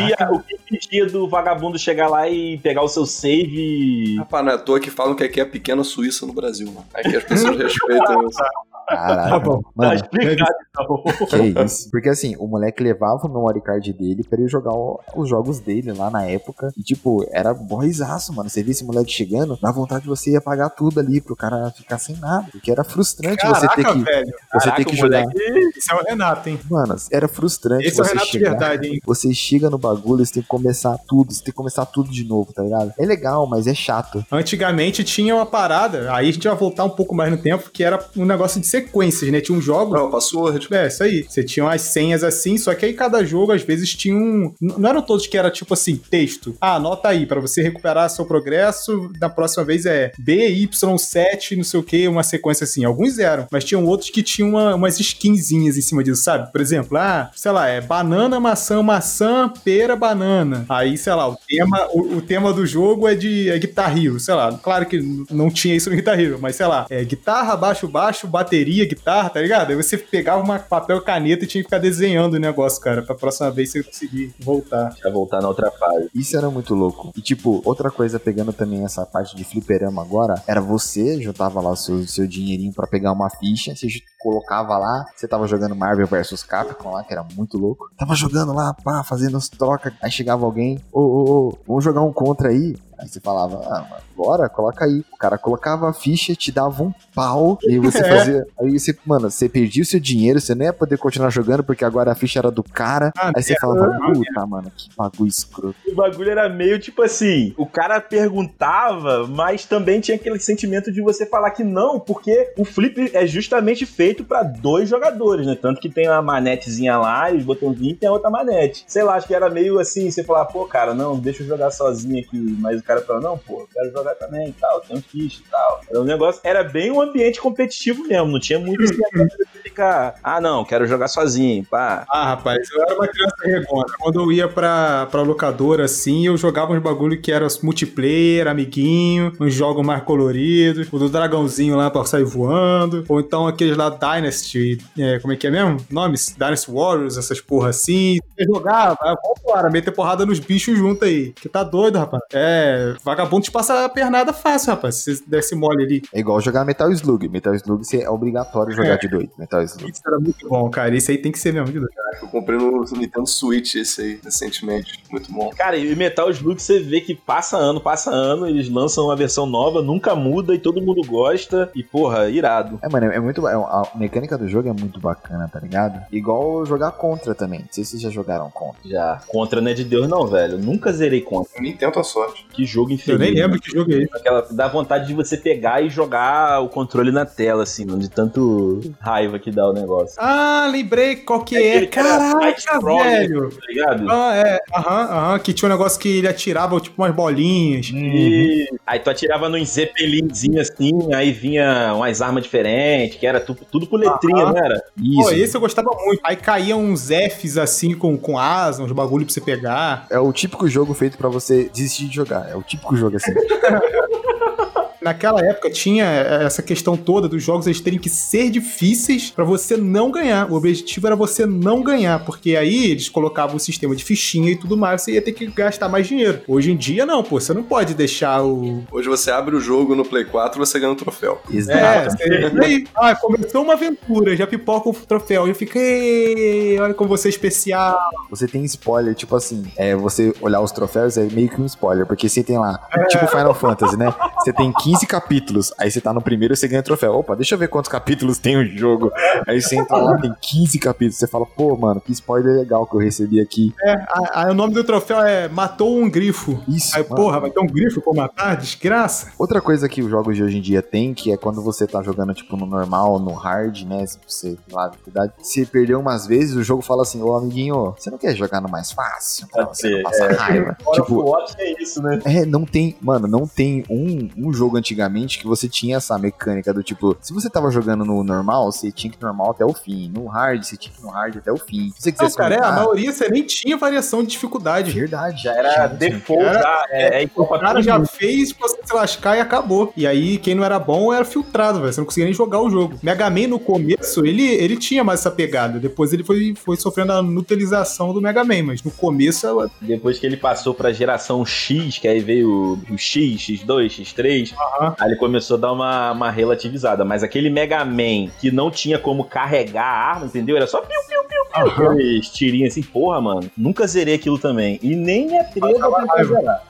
impedia do vagabundo chegar lá e pegar o seu save? Rapaz, não é à toa que falam que aqui é a pequena Suíça no Brasil, mano. Aqui as pessoas respeitam isso. Caralho. Tá bom. Mano, Tá explicado, então. que isso. Porque assim, o moleque levava o memory card dele pra ele jogar os jogos dele lá na época. E tipo, era boizaço, mano. Você via esse moleque chegando, dá vontade de você ir apagar tudo ali pro cara ficar sem nada. Porque era frustrante. Caraca, você ter que, velho. você ter que jogar. Esse é o Renato, hein? Mano, era frustrante. Esse é o você Renato chegar, de verdade, hein? Você chega no bagulho, você tem que começar tudo. Você tem que começar tudo de novo, tá ligado? É legal, mas é chato. Antigamente tinha uma parada, aí a gente vai voltar um pouco mais no tempo, que era um negócio de sequências, né? Tinha um jogo... Não, password. Isso aí. Você tinha umas senhas assim, só que aí cada jogo, às vezes, tinha um... Não eram todos que era, tipo assim, texto. Anota aí, pra você recuperar seu progresso, na próxima vez é BY7, não sei o que, uma sequência assim. Alguns eram, mas tinham outros que tinham umas skinzinhas em cima disso, sabe? Por exemplo, sei lá, banana, maçã, pera, banana. Aí, sei lá, o tema do jogo é Guitar Hero, sei lá. Claro que não tinha isso no Guitar Hero, mas sei lá, guitarra, baixo, bateria, guitarra, tá ligado? Aí você pegava uma papel, caneta e tinha que ficar desenhando o negócio, cara, pra próxima vez você conseguir voltar. Já voltar na outra fase. Isso era muito louco. E tipo, outra coisa, pegando também essa parte de fliperama agora, era você juntava lá o seu dinheirinho pra pegar uma ficha, você colocava lá, você tava jogando Marvel vs Capcom lá, que era muito louco. Tava jogando lá, pá, fazendo as trocas. Aí chegava alguém, vamos jogar um contra aí? Aí você falava, mano, bora, coloca aí. O cara colocava a ficha, te dava um pau, e você fazia. Aí você, mano, você perdia o seu dinheiro, você não ia poder continuar jogando, porque agora a ficha era do cara. Aí você falava, puta, mano, que bagulho escroto. O bagulho era meio tipo assim, o cara perguntava, mas também tinha aquele sentimento de você falar que não, porque o flip é justamente feito pra 2 jogadores, né? Tanto que tem uma manetezinha lá e os botãozinhos e tem a outra manete. Sei lá, acho que era meio assim, você falar, pô, cara, não, deixa eu jogar sozinho aqui, mas o cara falou, não, pô, eu quero jogar também e tal, tem um ficha e tal. Era um negócio, era bem um ambiente competitivo mesmo, não tinha muito esse negócio de ficar, não, quero jogar sozinho, pá. Rapaz, eu era uma criança regona. Quando eu ia pra locadora, assim, eu jogava uns bagulho que era multiplayer, amiguinho, uns jogos mais coloridos, o do dragãozinho lá pra sair voando, ou então aqueles lá Dynasty, como é que é mesmo? Nomes? Dynasty Warriors, essas porra assim. Você jogava, vambora, meter porrada nos bichos junto aí, que tá doido, rapaz. Vagabundo te passa a pernada fácil, rapaz, se você desse mole ali. É igual jogar Metal Slug. Metal Slug é obrigatório jogar de 2. Metal Slug. Isso era muito bom, cara. Isso aí tem que ser mesmo de 2. Eu comprei no Nintendo Switch esse aí, recentemente. Muito bom. Cara, e Metal Slug você vê que passa ano, eles lançam uma versão nova, nunca muda e todo mundo gosta. E, porra, irado. Mano, é muito... A mecânica do jogo é muito bacana, tá ligado? Igual jogar Contra também. Não sei se vocês já jogaram Contra. Já. Contra não é de Deus não, velho. Nunca zerei Contra. Eu nem tento a sorte. Que jogo infeliz. Eu nem lembro que jogo é esse. Dá vontade de você pegar e jogar o controle na tela, assim, de tanto raiva que dá o negócio. Lembrei qual que é. Caraca, velho. Tá ligado? Que tinha um negócio que ele atirava, tipo, umas bolinhas. E aí tu atirava num zepelinzinho assim, aí vinha umas armas diferentes, que era tudo por letrinha, não era? Isso. Pô, esse eu gostava muito. Aí caíam uns Fs assim com asa, uns bagulho pra você pegar. É o típico jogo feito pra você desistir de jogar. É o típico jogo assim. Naquela época tinha essa questão toda dos jogos eles terem que ser difíceis pra você não ganhar. O objetivo era você não ganhar, porque aí eles colocavam o sistema de fichinha e tudo mais, você ia ter que gastar mais dinheiro. Hoje em dia não, pô, você não pode deixar o... Hoje você abre o jogo no Play 4 e você ganha um troféu. Exato. Começou uma aventura, já pipoca o troféu, já fica, olha como você é especial. Você tem spoiler, tipo assim, você olhar os troféus é meio que um spoiler, porque você tem lá, tipo Final Fantasy, né? Você tem 15 capítulos, aí você tá no primeiro e você ganha troféu. Opa, deixa eu ver quantos capítulos tem o jogo. Aí você entra lá, tem 15 capítulos, você fala, pô, mano, que spoiler legal que eu recebi aqui. O nome do troféu é Matou um Grifo. Isso. Aí, porra, vai ter um grifo pra matar? Desgraça. Outra coisa que os jogos de hoje em dia tem, que é quando você tá jogando, tipo, no normal, no hard, né, se você, lá, dificuldade, se perdeu umas vezes, o jogo fala assim, ô, amiguinho, você não quer jogar no mais fácil? Pra você não passar raiva. Tipo, é isso, né? Não tem, mano, não tem um jogo antigamente que você tinha essa mecânica do tipo, se você tava jogando no normal, você tinha que ir no normal até o fim. No hard, você tinha que ir no hard até o fim. Se você quisesse a maioria você nem tinha variação de dificuldade. Verdade. Já era default, o cara já fez pra você se lascar e acabou. E aí, quem não era bom era filtrado, velho. Você não conseguia nem jogar o jogo. Mega Man, no começo, ele tinha mais essa pegada. Depois ele foi sofrendo a nutilização do Mega Man, mas no começo... Depois que ele passou pra geração X, que aí veio o X, X2, X3, aí ele começou a dar uma relativizada. Mas aquele Mega Man que não tinha como carregar a arma, entendeu? Era só aqueles tirinhos assim, porra, mano. Nunca zerei aquilo também. E nem me atrevo a tentar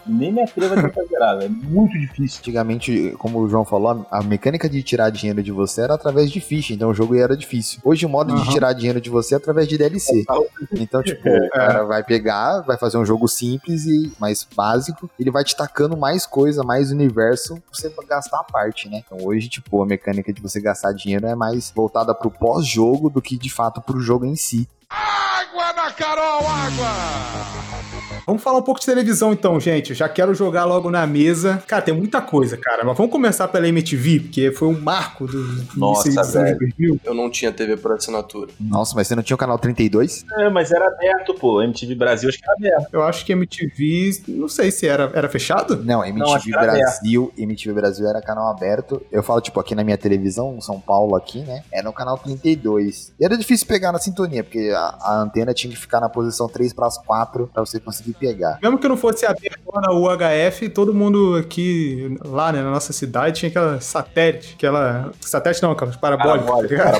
zerar. É muito difícil. Antigamente, como o João falou, a mecânica de tirar dinheiro de você era através de ficha, então o jogo era difícil. Hoje o modo de tirar dinheiro de você é através de DLC. Então, tipo, o cara vai pegar, vai fazer um jogo simples e mais básico, ele vai te tacando mais coisa, mais universo, pra você gastar a parte, né? Então hoje, tipo, a mecânica de você gastar dinheiro é mais voltada pro pós-jogo do que, de fato, pro jogo em si. Água na Carol, água! Vamos falar um pouco de televisão então, gente. Eu já quero jogar logo na mesa. Cara, tem muita coisa, cara. Mas vamos começar pela MTV, porque foi um marco do Nossa, início dos anos 2000. Eu não tinha TV por assinatura. Nossa, mas você não tinha o canal 32? Mas era aberto, pô. MTV Brasil acho que era aberto. Eu acho que MTV, não sei se era fechado? Não, MTV Brasil era canal aberto. Eu falo, tipo, aqui na minha televisão, São Paulo aqui, né? Era no canal 32. E era difícil pegar na sintonia, porque a antena tinha que ficar na posição 3/4 pra você conseguir pegar. Mesmo que não fosse a Bertona ou UHF, todo mundo aqui, lá, né, na nossa cidade, tinha aquela satélite, satélite não, aquelas parabólicas, tá ligado?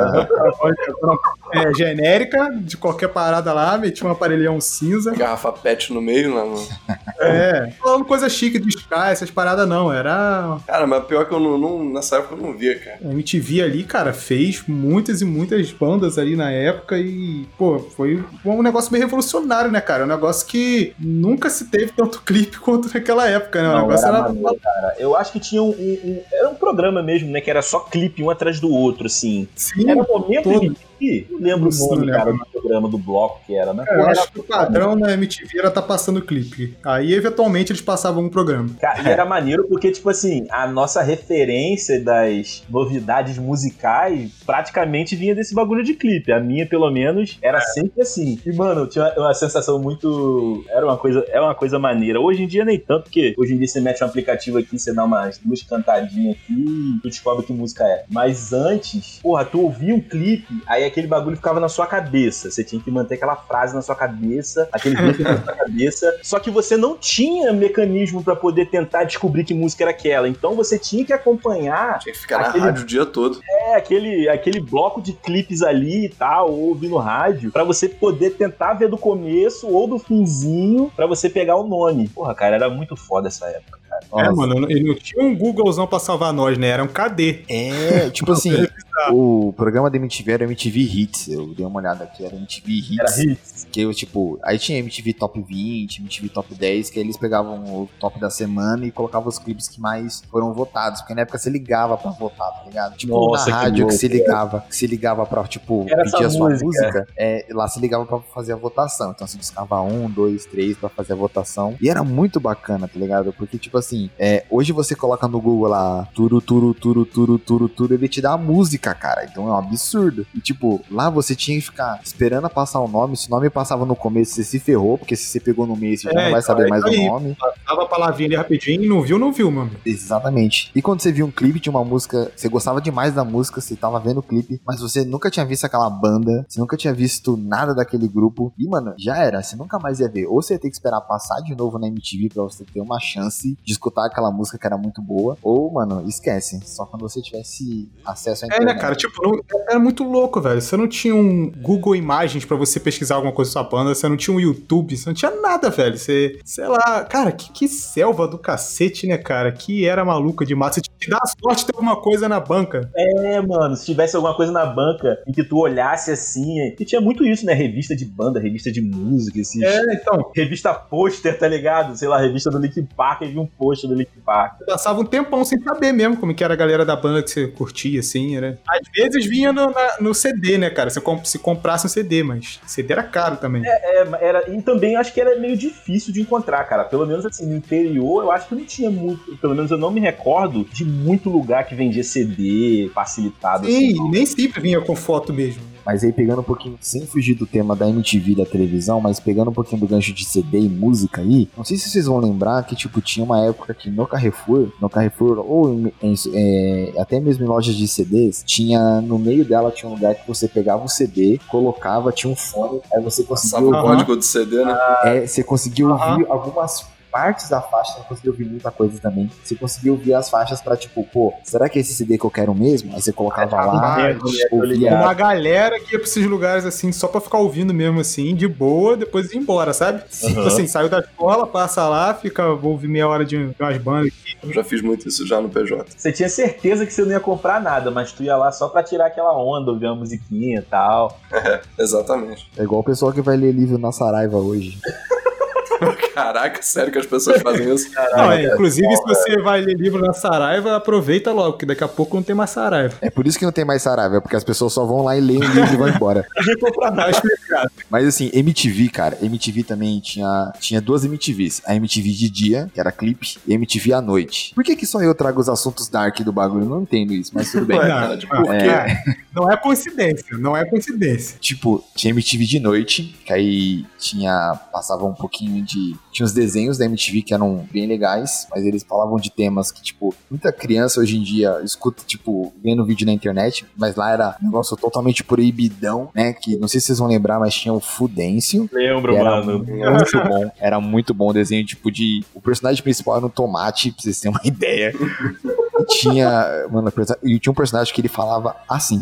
Genérica, de qualquer parada lá, metia um aparelhão cinza. Garrafa pet no meio, lá no... Falando coisa chique de Sky, essas paradas não, era... Cara, mas pior que eu não nessa época eu não via, cara. A MTV ali, cara, fez muitas e muitas bandas ali na época e, pô, foi um negócio meio revolucionário, né, cara? Um negócio que nunca se teve tanto clipe quanto naquela época, né? O negócio era maneiro, cara. Eu acho que tinha era um programa mesmo, né, que era só clipe um atrás do outro, assim. Sim, era um momento MTV. Não lembro o nome, cara, lembro. do programa do bloco que era, né? Eu acho que o padrão na MTV era tá passando clipe. Aí, eventualmente, eles passavam um programa. Cara, e era maneiro porque, tipo assim, a nossa referência das novidades musicais praticamente vinha desse bagulho de clipe. A minha, pelo menos, era sempre assim. E, mano, tinha uma sensação muito... É uma coisa maneira. Hoje em dia, nem tanto, porque hoje em dia você mete um aplicativo aqui, você dá umas 2 cantadinhas aqui e tu descobre que música é. Mas antes, porra, tu ouvia um clipe, aí aquele bagulho ficava na sua cabeça. Você tinha que manter aquela frase na sua cabeça, aquele riff na sua cabeça. Só que você não tinha mecanismo pra poder tentar descobrir que música era aquela. Então você tinha que acompanhar... Tinha que ficar na rádio o dia todo. Aquele bloco de clipes ali e tal, ou ouvir no rádio, pra você poder tentar ver do começo ou do finzinho, pra você pegar o nome. Porra, cara, era muito foda essa época, cara. Nossa. Mano, e não tinha um Googlezão pra salvar nós, né? Era um KD. Tipo assim, o programa da MTV era MTV Hits. Eu dei uma olhada aqui, era MTV Hits. Era Hits. Que eu, tipo, aí tinha MTV Top 20, MTV Top 10, que aí eles pegavam o top da semana e colocavam os clipes que mais foram votados. Porque na época você ligava pra votar, tá ligado? Tipo, Nossa, na rádio louco, que se ligava pra, tipo, era pedir a sua música. música. Lá se ligava pra fazer a votação. Então você buscava 1, 2, 3 pra fazer a votação. E era muito bacana, tá ligado? Porque, tipo assim, hoje você coloca no Google lá, turu, ele te dá a música, cara. Então é um absurdo. E, tipo, lá você tinha que ficar esperando passar o nome. Se o nome passava no começo, você se ferrou, porque se você pegou no meio, você já não vai saber mais o nome. Passava a palavrinha ali rapidinho e não viu, mano. Exatamente. E quando você viu um clipe de uma música, você gostava demais da música, você tava vendo o clipe, mas você nunca tinha visto aquela banda, você nunca tinha visto nada daquele grupo, e, mano, já era, você nunca mais ia ver. Ou você ia ter que esperar passar de novo na MTV pra você ter uma chance de escutar aquela música que era muito boa, ou, mano, esquece. Só quando você tivesse acesso à internet. Né, cara? Tipo, era muito louco, velho. Você não tinha um Google Imagens pra você pesquisar alguma coisa sobre sua banda, você não tinha um YouTube, você não tinha nada, velho. Você, sei lá, cara, que selva do cacete, né, cara? Que era maluca demais. Você tinha que dar sorte de ter alguma coisa na banca. Mano, se tivesse alguma coisa na banca em que tu olhasse assim, e tinha muito isso, né? Revista de banda, revista de música, esses... então. Revista pôster, tá ligado? Sei lá, revista do Linkin Park, e vi um pôster do Linkin Park. Passava um tempão sem saber mesmo como que era a galera da banda que você curtia, assim, né? Às vezes vinha no CD, né, cara? Se comprasse um CD, mas CD era caro também. E também acho que era meio difícil de encontrar, cara. Pelo menos assim, no interior, eu acho que não tinha muito. Pelo menos eu não me recordo de muito lugar que vendia CD facilitado. Sim, assim, nem sempre vinha com foto mesmo. Mas aí pegando um pouquinho, sem fugir do tema da MTV da televisão, mas pegando um pouquinho do gancho de CD e música aí, não sei se vocês vão lembrar que, tipo, tinha uma época que no Carrefour, ou até mesmo em lojas de CDs, tinha, no meio dela tinha um lugar que você pegava um CD, colocava, tinha um fone, aí você conseguia ouvir o código do CD, né? Você conseguia ouvir algumas partes da faixa, você não conseguia ouvir muita coisa também. Você conseguia ouvir as faixas pra, tipo, pô, será que é esse CD que eu quero mesmo? Aí você colocava lá, ouvia. Uma galera que ia pra esses lugares, assim, só pra ficar ouvindo mesmo, assim, de boa, depois ir embora, sabe? Assim, saiu da escola, passa lá, vou ouvir meia hora de umas bandas aqui. Eu já fiz muito isso já no PJ. Você tinha certeza que você não ia comprar nada, mas tu ia lá só pra tirar aquela onda, ouvir uma musiquinha e tal. Exatamente. É igual o pessoal que vai ler livro na Saraiva hoje. Caraca, sério que as pessoas fazem isso? Inclusive, se você vai ler livro na Saraiva, aproveita logo, porque daqui a pouco não tem mais Saraiva. É por isso que não tem mais Saraiva, é porque as pessoas só vão lá e leem o livro e vão embora. Mas assim, MTV, cara, MTV também tinha 2 MTVs. A MTV de dia, que era clipe, e a MTV à noite. Por que só eu trago os assuntos dark do bagulho? Eu não entendo isso, mas tudo bem. Por quê? Não é coincidência, não é coincidência. Tipo, tinha MTV de noite, que aí passava um pouquinho de... Tinha os desenhos da MTV que eram bem legais, mas eles falavam de temas que, tipo, muita criança hoje em dia escuta, tipo, vendo vídeo na internet, mas lá era um negócio totalmente proibidão, né? Que não sei se vocês vão lembrar, mas tinha o Fudêncio. Lembro, mano. Muito bom. Era muito bom o desenho, tipo, de... O personagem principal era um tomate, pra vocês terem uma ideia. E tinha um personagem que ele falava assim.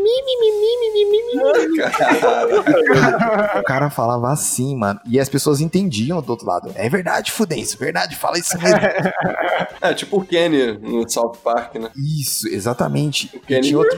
O cara falava assim, mano. E as pessoas entendiam do outro lado. É verdade, Fudêncio, verdade, fala isso mesmo. É, tipo o Kenny no South Park, né? Isso, exatamente. O Kenny... Tinha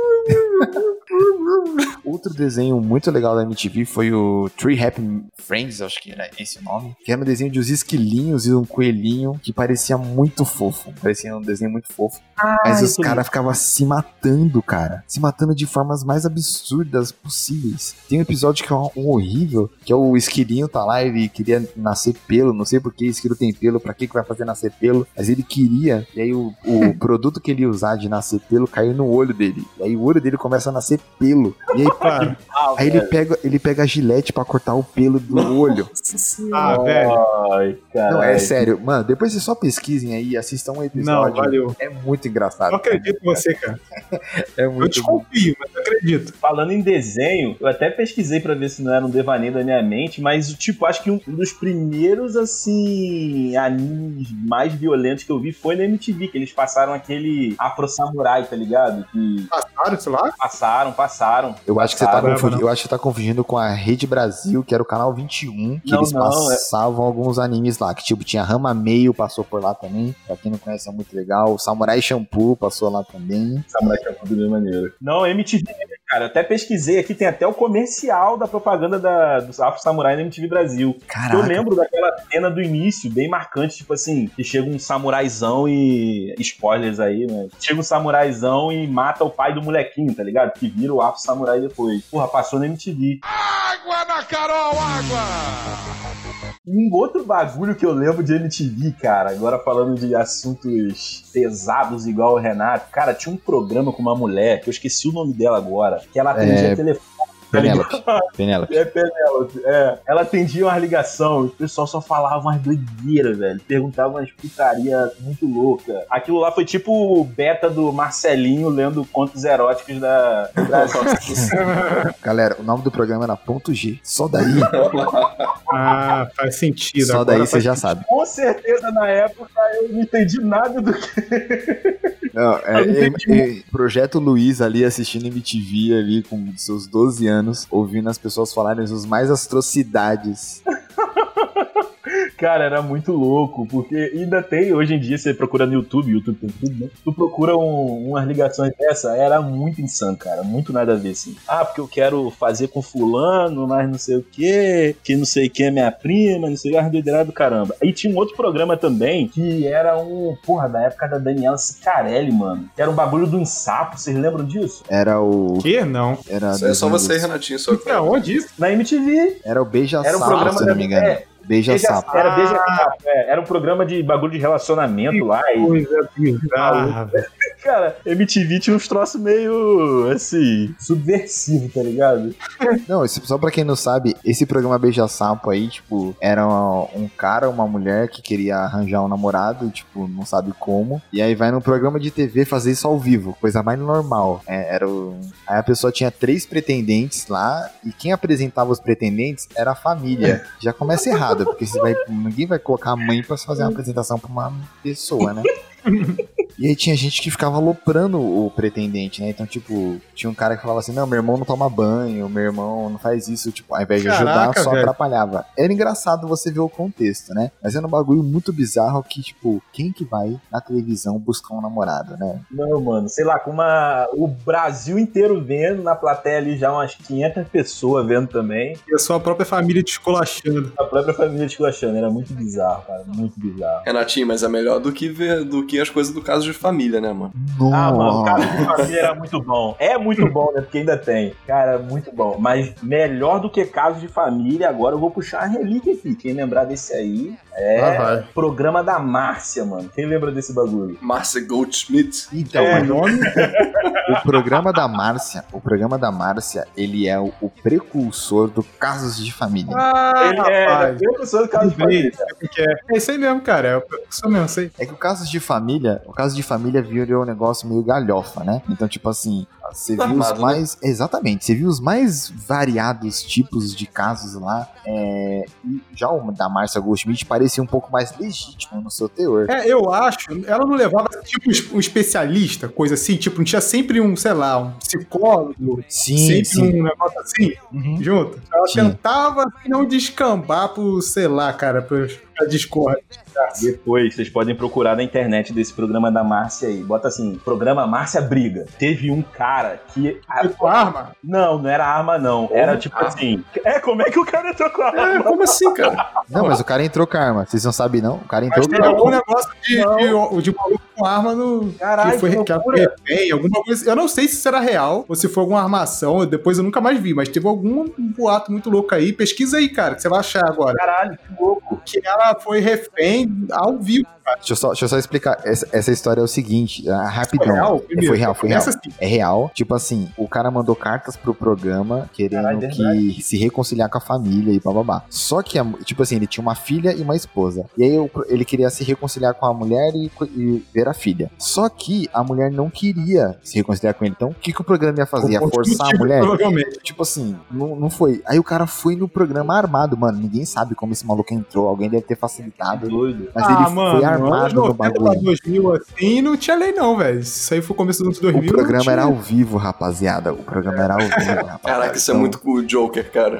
outro desenho muito legal da MTV foi o Three Happy Friends, acho que era esse o nome. Que era um desenho de uns esquilinhos e um coelhinho que parecia muito fofo. Parecia um desenho muito fofo. Mas os caras ficavam se matando, cara. Se matando de formas mais absurdas possíveis. Tem um episódio que é um horrível, que é o esquilinho tá lá, ele queria nascer pelo. Não sei por que esquilo tem pelo, pra que vai fazer nascer pelo. Mas ele queria, e aí o produto que ele ia usar de nascer pelo caiu no olho dele. E aí o olho dele começa a nascer pelo. E aí, Cara, aí ele pega a gilete pra cortar o pelo do olho. velho. Ai, cara. Não, é sério. Mano, depois vocês só pesquisem aí e assistam um episódio. Não, valeu. É muito engraçado. Eu acredito em você, cara. É Eu muito bom. desconfio, mas eu acredito. Falando em desenho, eu até pesquisei pra ver se não era um devaneio da minha mente, mas, tipo, acho que um dos primeiros, assim, animes mais violentos que eu vi foi na MTV, que eles passaram aquele Afro Samurai, tá ligado? Que Passaram isso lá? passaram. Eu acho que você tá Não. confundindo com a Rede Brasil, que era o canal 21, que Não, eles não, passavam alguns animes lá, que tipo, tinha Rama Meio, passou por lá também, pra quem não conhece é muito legal, o Samurai Shampoo passou lá também. Samurai Champloo de maneira. Não, MTV, cara, eu até pesquisei aqui, tem até o comercial da propaganda do Afro Samurai na MTV Brasil. Caraca. Eu lembro daquela cena do início, bem marcante, tipo assim, que chega um samuraizão e... Spoilers aí, né? Chega um samuraizão e mata o pai do molequinho, tá ligado? Que vira o Afro Samurai depois. Porra, passou na MTV. Água na Carol, água! Um outro bagulho que eu lembro de MTV, cara, agora falando de assuntos pesados igual o Renato, cara, tinha um programa com uma mulher, que eu esqueci o nome dela agora, que ela atendia telefone. Penélope. É Penélope, é. Ela atendia uma ligação, o pessoal só falava umas doideiras, velho. Perguntava umas putaria muito louca. Aquilo lá foi tipo o beta do Marcelinho lendo contos eróticos da Brasil. Galera, o nome do programa era Ponto G. Só daí, Ah, faz sentido. só Agora daí você faz já sentido. sabe. Com certeza, na época, eu não entendi nada do que... Não, Projeto Luiz ali assistindo MTV ali com seus 12 anos, ouvindo as pessoas falarem as mais atrocidades. Cara, era muito louco, porque ainda tem, hoje em dia, você procura no YouTube tem tudo, né? Tu procura umas ligações dessa, era muito insano, cara, muito nada a ver, assim. Ah, porque eu quero fazer com fulano, mas não sei o quê, que não sei quem é minha prima, não sei o que, doideira do caramba. Aí tinha um outro programa também, que era da época da Daniela Sicarelli, mano, que era um bagulho do Insapo, vocês lembram disso? Era o... Que? Não. Era Isso é só você, Renatinho. Só Fica onde isso? Na MTV. Era o Beija-Sapo, Era um programa se não me engano. Beija-Sapo. Era Beija-Sapo, era um programa de bagulho de relacionamento lá. Coisa bizarra, velho. Cara, MTV tinha uns troços meio, assim, subversivo, tá ligado? Não, só pra quem não sabe, esse programa Beija-Sapo aí, tipo, era um cara, uma mulher que queria arranjar um namorado, tipo, não sabe como. E aí vai num programa de TV fazer isso ao vivo, coisa mais normal. Aí a pessoa tinha 3 pretendentes lá, e quem apresentava os pretendentes era a família. Já começa errado, porque ninguém vai colocar a mãe pra fazer uma apresentação pra uma pessoa, né? E aí tinha gente que ficava aloprando o pretendente, né? Então, tipo, tinha um cara que falava assim, não, meu irmão não toma banho, meu irmão não faz isso, tipo, ao invés de ajudar, só atrapalhava. Era engraçado você ver o contexto, né? Mas era um bagulho muito bizarro que, tipo, quem que vai na televisão buscar um namorado, né? Não, mano, sei lá, com o Brasil inteiro vendo, na plateia ali já umas 500 pessoas vendo também. E a sua própria família te esculachando. A própria família te esculachando, era muito bizarro, cara, muito bizarro. Renatinho, mas é melhor do que as coisas do Caso Casos de Família, né, mano? Ah, mano, Casos de Família era muito bom. É muito bom, né? Porque ainda tem. Cara, muito bom. Mas melhor do que Casos de Família, agora eu vou puxar a relíquia aqui. Quem lembrar desse aí é Programa da Márcia, mano. Quem lembra desse bagulho? Márcia Goldschmidt. Então, o programa da Márcia, ele é o precursor do Casos de Família. Ele é o precursor do Casos de Família. É isso aí mesmo, cara. É o precursor mesmo, sei. É que o Casos de Família virou um negócio meio galhofa, né? Então, tipo assim, você viu os mais... Né? Exatamente, você viu os mais variados tipos de casos lá. E já o da Márcia Goldschmidt parecia um pouco mais legítimo no seu teor. Eu acho, ela não levava tipo um especialista, coisa assim, tipo, não tinha sempre um, sei lá, um psicólogo, sempre um negócio assim, junto. Ela tentava não descambar pro, sei lá, cara, pra Discord. Depois, vocês podem procurar na internet desse programa da Márcia aí. Bota assim, programa Márcia Briga. Teve um cara que... Com arma? Não era arma, não. Era tipo assim... Como é que o cara entrou com a arma? Como assim, cara? Não, mas o cara entrou com a arma. Vocês não sabem, não? O cara entrou com a arma. Algum negócio de maluco com arma no... Caralho, que foi refém, alguma coisa... Eu não sei se isso era real ou se foi alguma armação. Depois eu nunca mais vi, mas teve algum boato muito louco aí. Pesquisa aí, cara, que você vai achar agora. Caralho, que louco. Que ela foi refém ao vivo, cara. Deixa eu só explicar. Essa história é o seguinte, rapidão. Foi real. É real. Tipo assim, o cara mandou cartas pro programa querendo que se reconciliar com a família e bababá. Só que, tipo assim, ele tinha uma filha e uma esposa. E aí ele queria se reconciliar com a mulher e ver a filha. Só que a mulher não queria se reconciliar com ele. Então, o que o programa ia fazer? Ia forçar a mulher? Tipo assim, não foi. Aí o cara foi no programa armado, mano. Ninguém sabe como esse maluco entrou. Alguém deve ter facilitado. Doido. Mas ele foi armado no bagulho. 2000 assim, não tinha lei não, velho. Isso aí foi começo dos anos 2000. O programa era ao vivo, rapaziada. O programa era ao vivo, rapaziada. Caraca, isso é muito com o Joker, cara.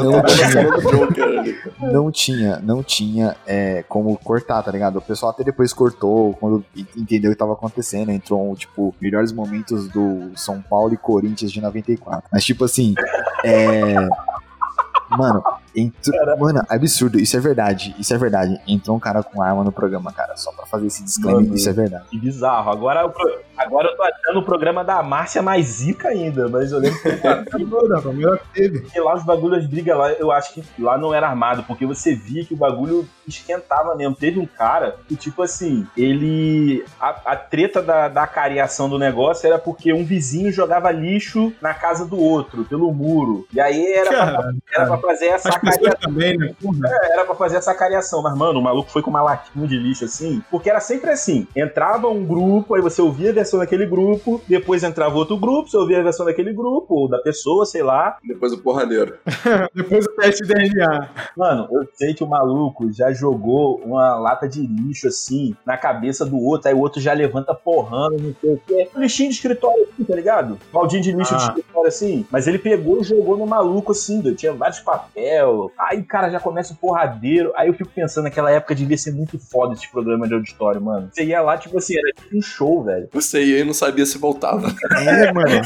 Não tinha como cortar, tá ligado? O pessoal até depois cortou, quando entendeu o que tava acontecendo. Entrou, tipo, melhores momentos do São Paulo e Corinthians de 94. Mas, tipo assim, Mano, absurdo, isso é verdade. Entrou um cara com arma no programa, cara, só pra fazer esse disclaimer, isso é verdade. Que bizarro. Agora eu tô achando o programa da Márcia mais zica ainda, mas eu lembro que lá os bagulhos de briga lá, eu acho que lá não era armado, porque você via que o bagulho esquentava mesmo. Teve um cara que, tipo assim, a treta da cariação do negócio era porque um vizinho jogava lixo na casa do outro, pelo muro. E aí era pra fazer essa cariação. Também, né? Era pra fazer essa cariação. Mas, mano, o maluco foi com uma latinha de lixo assim, porque era sempre assim. Entrava um grupo, aí você ouvia a versão daquele grupo, depois entrava outro grupo, você ouvia a versão daquele grupo, ou da pessoa, sei lá. Depois o porradeiro. Depois o teste de DNA. Mano, eu sei que o maluco já jogou uma lata de lixo assim na cabeça do outro, aí o outro já levanta porrando, não sei o que. Um lixinho de escritório assim, tá ligado? Baldinho de lixo de escritório assim. Mas ele pegou e jogou no maluco assim, tinha vários papel. Aí o cara já começa o porradeiro. Aí eu fico pensando, naquela época devia ser muito foda esse programa de auditório, mano. Você ia lá, tipo assim, era tipo um show, velho. Você ia e não sabia se voltava. Mano.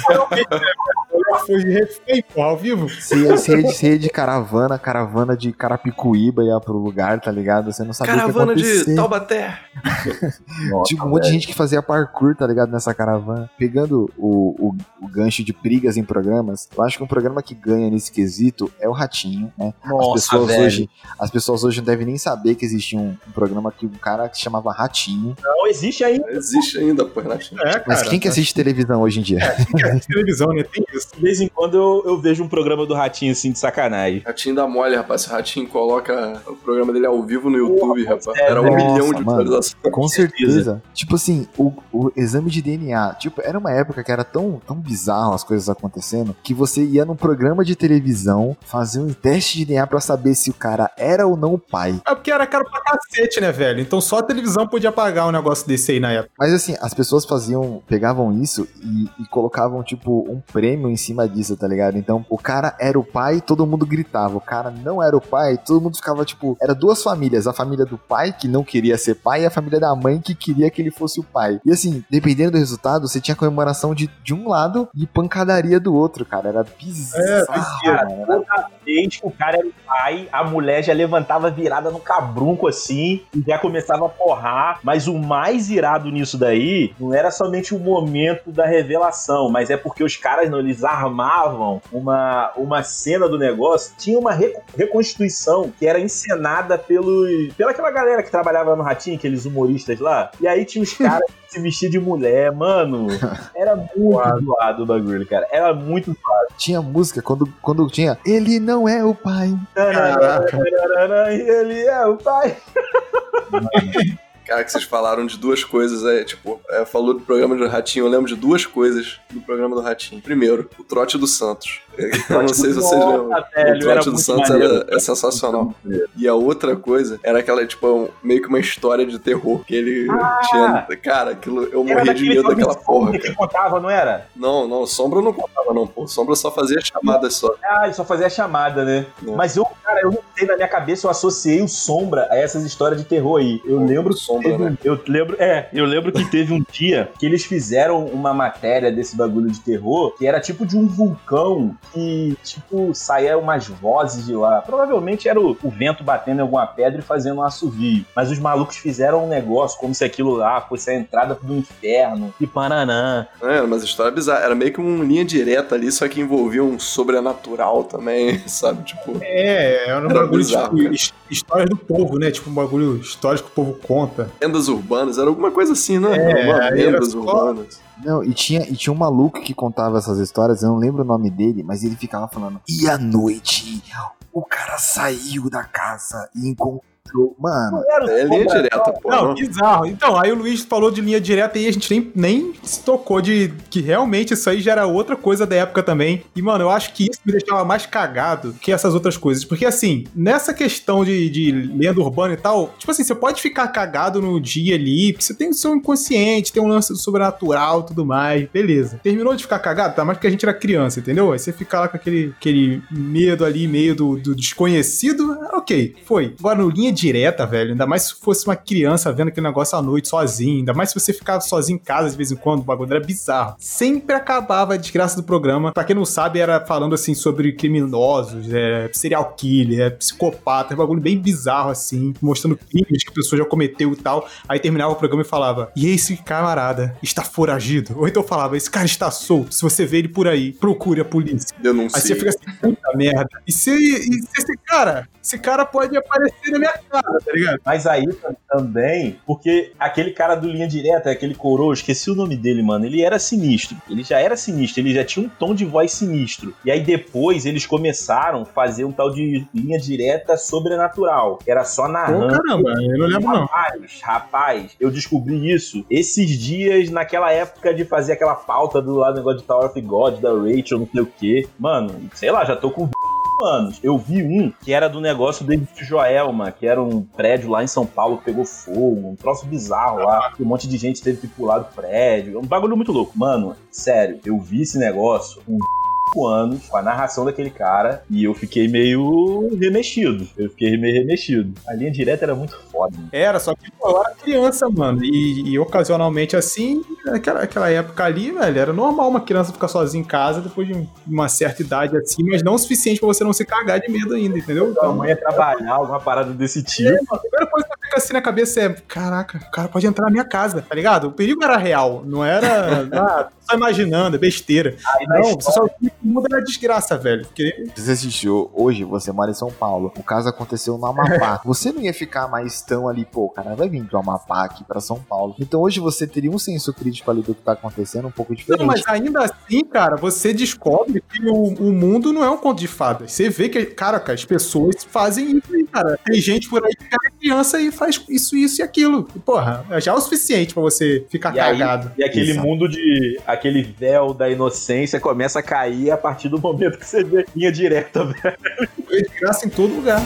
Foi refém, pô, ao vivo. Você ia de caravana de Carapicuíba, ia pro lugar, tá ligado? Você não sabia o que ia acontecer. Caravana de Taubaté. Tipo, um monte de gente que fazia parkour, tá ligado? Nessa caravana. Pegando o gancho de brigas em programas, eu acho que um programa que ganha nesse quesito é o Ratinho, né? Nossa, as pessoas hoje não devem nem saber que existia um programa que um cara que se chamava Ratinho. Não, existe ainda. Existe ainda, pô, Ratinho. Mas quem que assiste televisão hoje em dia? Quem que assiste televisão, né? Tem isso. De vez em quando eu vejo um programa do Ratinho assim de sacanagem. Ratinho dá mole, rapaz. Se o Ratinho coloca o programa dele ao vivo no YouTube, rapaz. Era 1 milhão de visualizações. Com certeza. Tipo assim, o exame de DNA, tipo, era uma época que era tão bizarro as coisas acontecendo, que você ia num programa de televisão fazer um teste de DNA pra saber se o cara era ou não o pai. É porque era caro pra cacete, né, velho? Então só a televisão podia pagar um negócio desse aí na época. Mas assim, as pessoas pegavam isso e colocavam, tipo, um prêmio em cima disso, tá ligado? Então, o cara era o pai, todo mundo gritava. O cara não era o pai, todo mundo ficava, tipo... Era duas famílias. A família do pai, que não queria ser pai, e a família da mãe, que queria que ele fosse o pai. E assim, dependendo do resultado, você tinha comemoração de um lado e pancadaria do outro, cara. Era bizarro, vez que o cara era o pai, a mulher já levantava virada no cabrunco assim e já começava a porrar. Mas o mais irado nisso daí não era somente o momento da revelação, mas é porque os caras, não, eles armavam uma cena do negócio. Tinha uma reconstituição que era encenada pela aquela galera que trabalhava no Ratinho, aqueles humoristas lá. E aí tinha os caras que se vestiam de mulher, mano. Era muito zoado o bagulho, cara. Era muito zoado. Tinha música quando tinha Ele não é o pai. Ele é o pai. Cara, que vocês falaram de duas coisas, falou do programa do Ratinho, eu lembro de duas coisas do programa do Ratinho. Primeiro, o trote do Santos. Eu não sei se vocês lembram. O trote do Santos é sensacional. E a outra coisa era aquela, meio que uma história de terror que ele tinha. Cara, aquilo, eu morria de medo daquela porra. Que contava, não era? Não, Sombra não contava, não, pô. Sombra só fazia chamadas só. Ele só fazia chamada, né? Não. Mas eu não sei, na minha cabeça eu associei o Sombra a essas histórias de terror aí. Eu lembro que teve um dia que eles fizeram uma matéria desse bagulho de terror, que era tipo de um vulcão que, saía umas vozes de lá. Provavelmente era o vento batendo em alguma pedra e fazendo um assovio. Mas os malucos fizeram um negócio como se aquilo lá fosse a entrada do inferno e pananã. Era umas histórias bizarras. Era meio que uma linha direta ali, só que envolvia um sobrenatural também, sabe? Era um bagulho bizarro, histórias do povo, né? Um bagulho histórico que o povo conta. Lendas urbanas, era alguma coisa assim, né? Lendas urbanas. Não, e tinha um maluco que contava essas histórias, eu não lembro o nome dele, mas ele ficava falando, e à noite, o cara saiu da casa e encontrou... Mano, é linha direta, pô. Não, bizarro. Então, aí o Luiz falou de linha direta e a gente nem se tocou de que realmente isso aí já era outra coisa da época também. E, mano, eu acho que isso me deixava mais cagado que essas outras coisas. Porque, assim, nessa questão de lenda urbana e tal, você pode ficar cagado no dia ali, porque você tem o seu inconsciente, tem um lance sobrenatural e tudo mais, beleza. Terminou de ficar cagado, tá? Mas porque a gente era criança, entendeu? Aí você fica lá com aquele medo ali, meio do desconhecido, ok, foi. Agora, no linha direta, velho, ainda mais se fosse uma criança vendo aquele negócio à noite sozinho, ainda mais se você ficava sozinho em casa de vez em quando, o bagulho era bizarro. Sempre acabava a desgraça do programa. Pra quem não sabe, era falando assim sobre criminosos, serial killer, psicopata, bagulho bem bizarro assim, mostrando crimes que a pessoa já cometeu e tal. Aí terminava o programa e falava, e esse camarada está foragido. Ou então falava, esse cara está solto, se você vê ele por aí, procure a polícia. Denuncie. Aí você fica assim, puta merda. E se esse cara pode aparecer na minha cara, tá ligado? Mas aí também, porque aquele cara do Linha Direta, aquele coroa, esqueci o nome dele, mano, ele era sinistro. Ele já era sinistro, ele já tinha um tom de voz sinistro. E aí depois eles começaram a fazer um tal de Linha Direta sobrenatural, que era só narrando. Pô, caramba, eu não lembro não. Rapaz, eu descobri isso esses dias, naquela época de fazer aquela pauta do lado do negócio de Tower of God, da Rachel, não sei o quê. Mano, sei lá, já tô com anos. Eu vi um que era do negócio do edifício Joelma, que era um prédio lá em São Paulo que pegou fogo, um troço bizarro lá, que um monte de gente teve que pular do prédio, um bagulho muito louco. Mano, sério, eu vi esse negócio com 5 anos, com a narração daquele cara, e eu fiquei meio remexido. A linha direta era muito foda. Era, só que eu era criança, mano, e ocasionalmente assim, aquela época ali, velho, era normal uma criança ficar sozinha em casa depois de uma certa idade assim, mas não o suficiente pra você não se cagar de medo ainda, entendeu? Sua mãe ia trabalhar, alguma parada desse tipo. Mano, a primeira coisa que fica assim na cabeça é, caraca, o cara pode entrar na minha casa, tá ligado? O perigo era real, não era só imaginando, é besteira. Não, você só muda a desgraça, velho. Porque... Você assistiu hoje, você mora em São Paulo, o caso aconteceu no Amapá. Você não ia ficar mais tão ali, pô, o cara vai vir do Amapá aqui pra São Paulo. Então hoje você teria um senso crítico ali do que tá acontecendo um pouco diferente. Não, mas ainda assim, cara, você descobre que o mundo não é um conto de fadas. Você vê que, caraca, as pessoas fazem isso aí, cara. Tem gente por aí que é criança e faz isso e aquilo. E, porra, já é o suficiente pra você ficar cagado. E aquele mundo aquele véu da inocência começa a cair a partir do momento que você vê linha direta, velho. É de graça em todo lugar.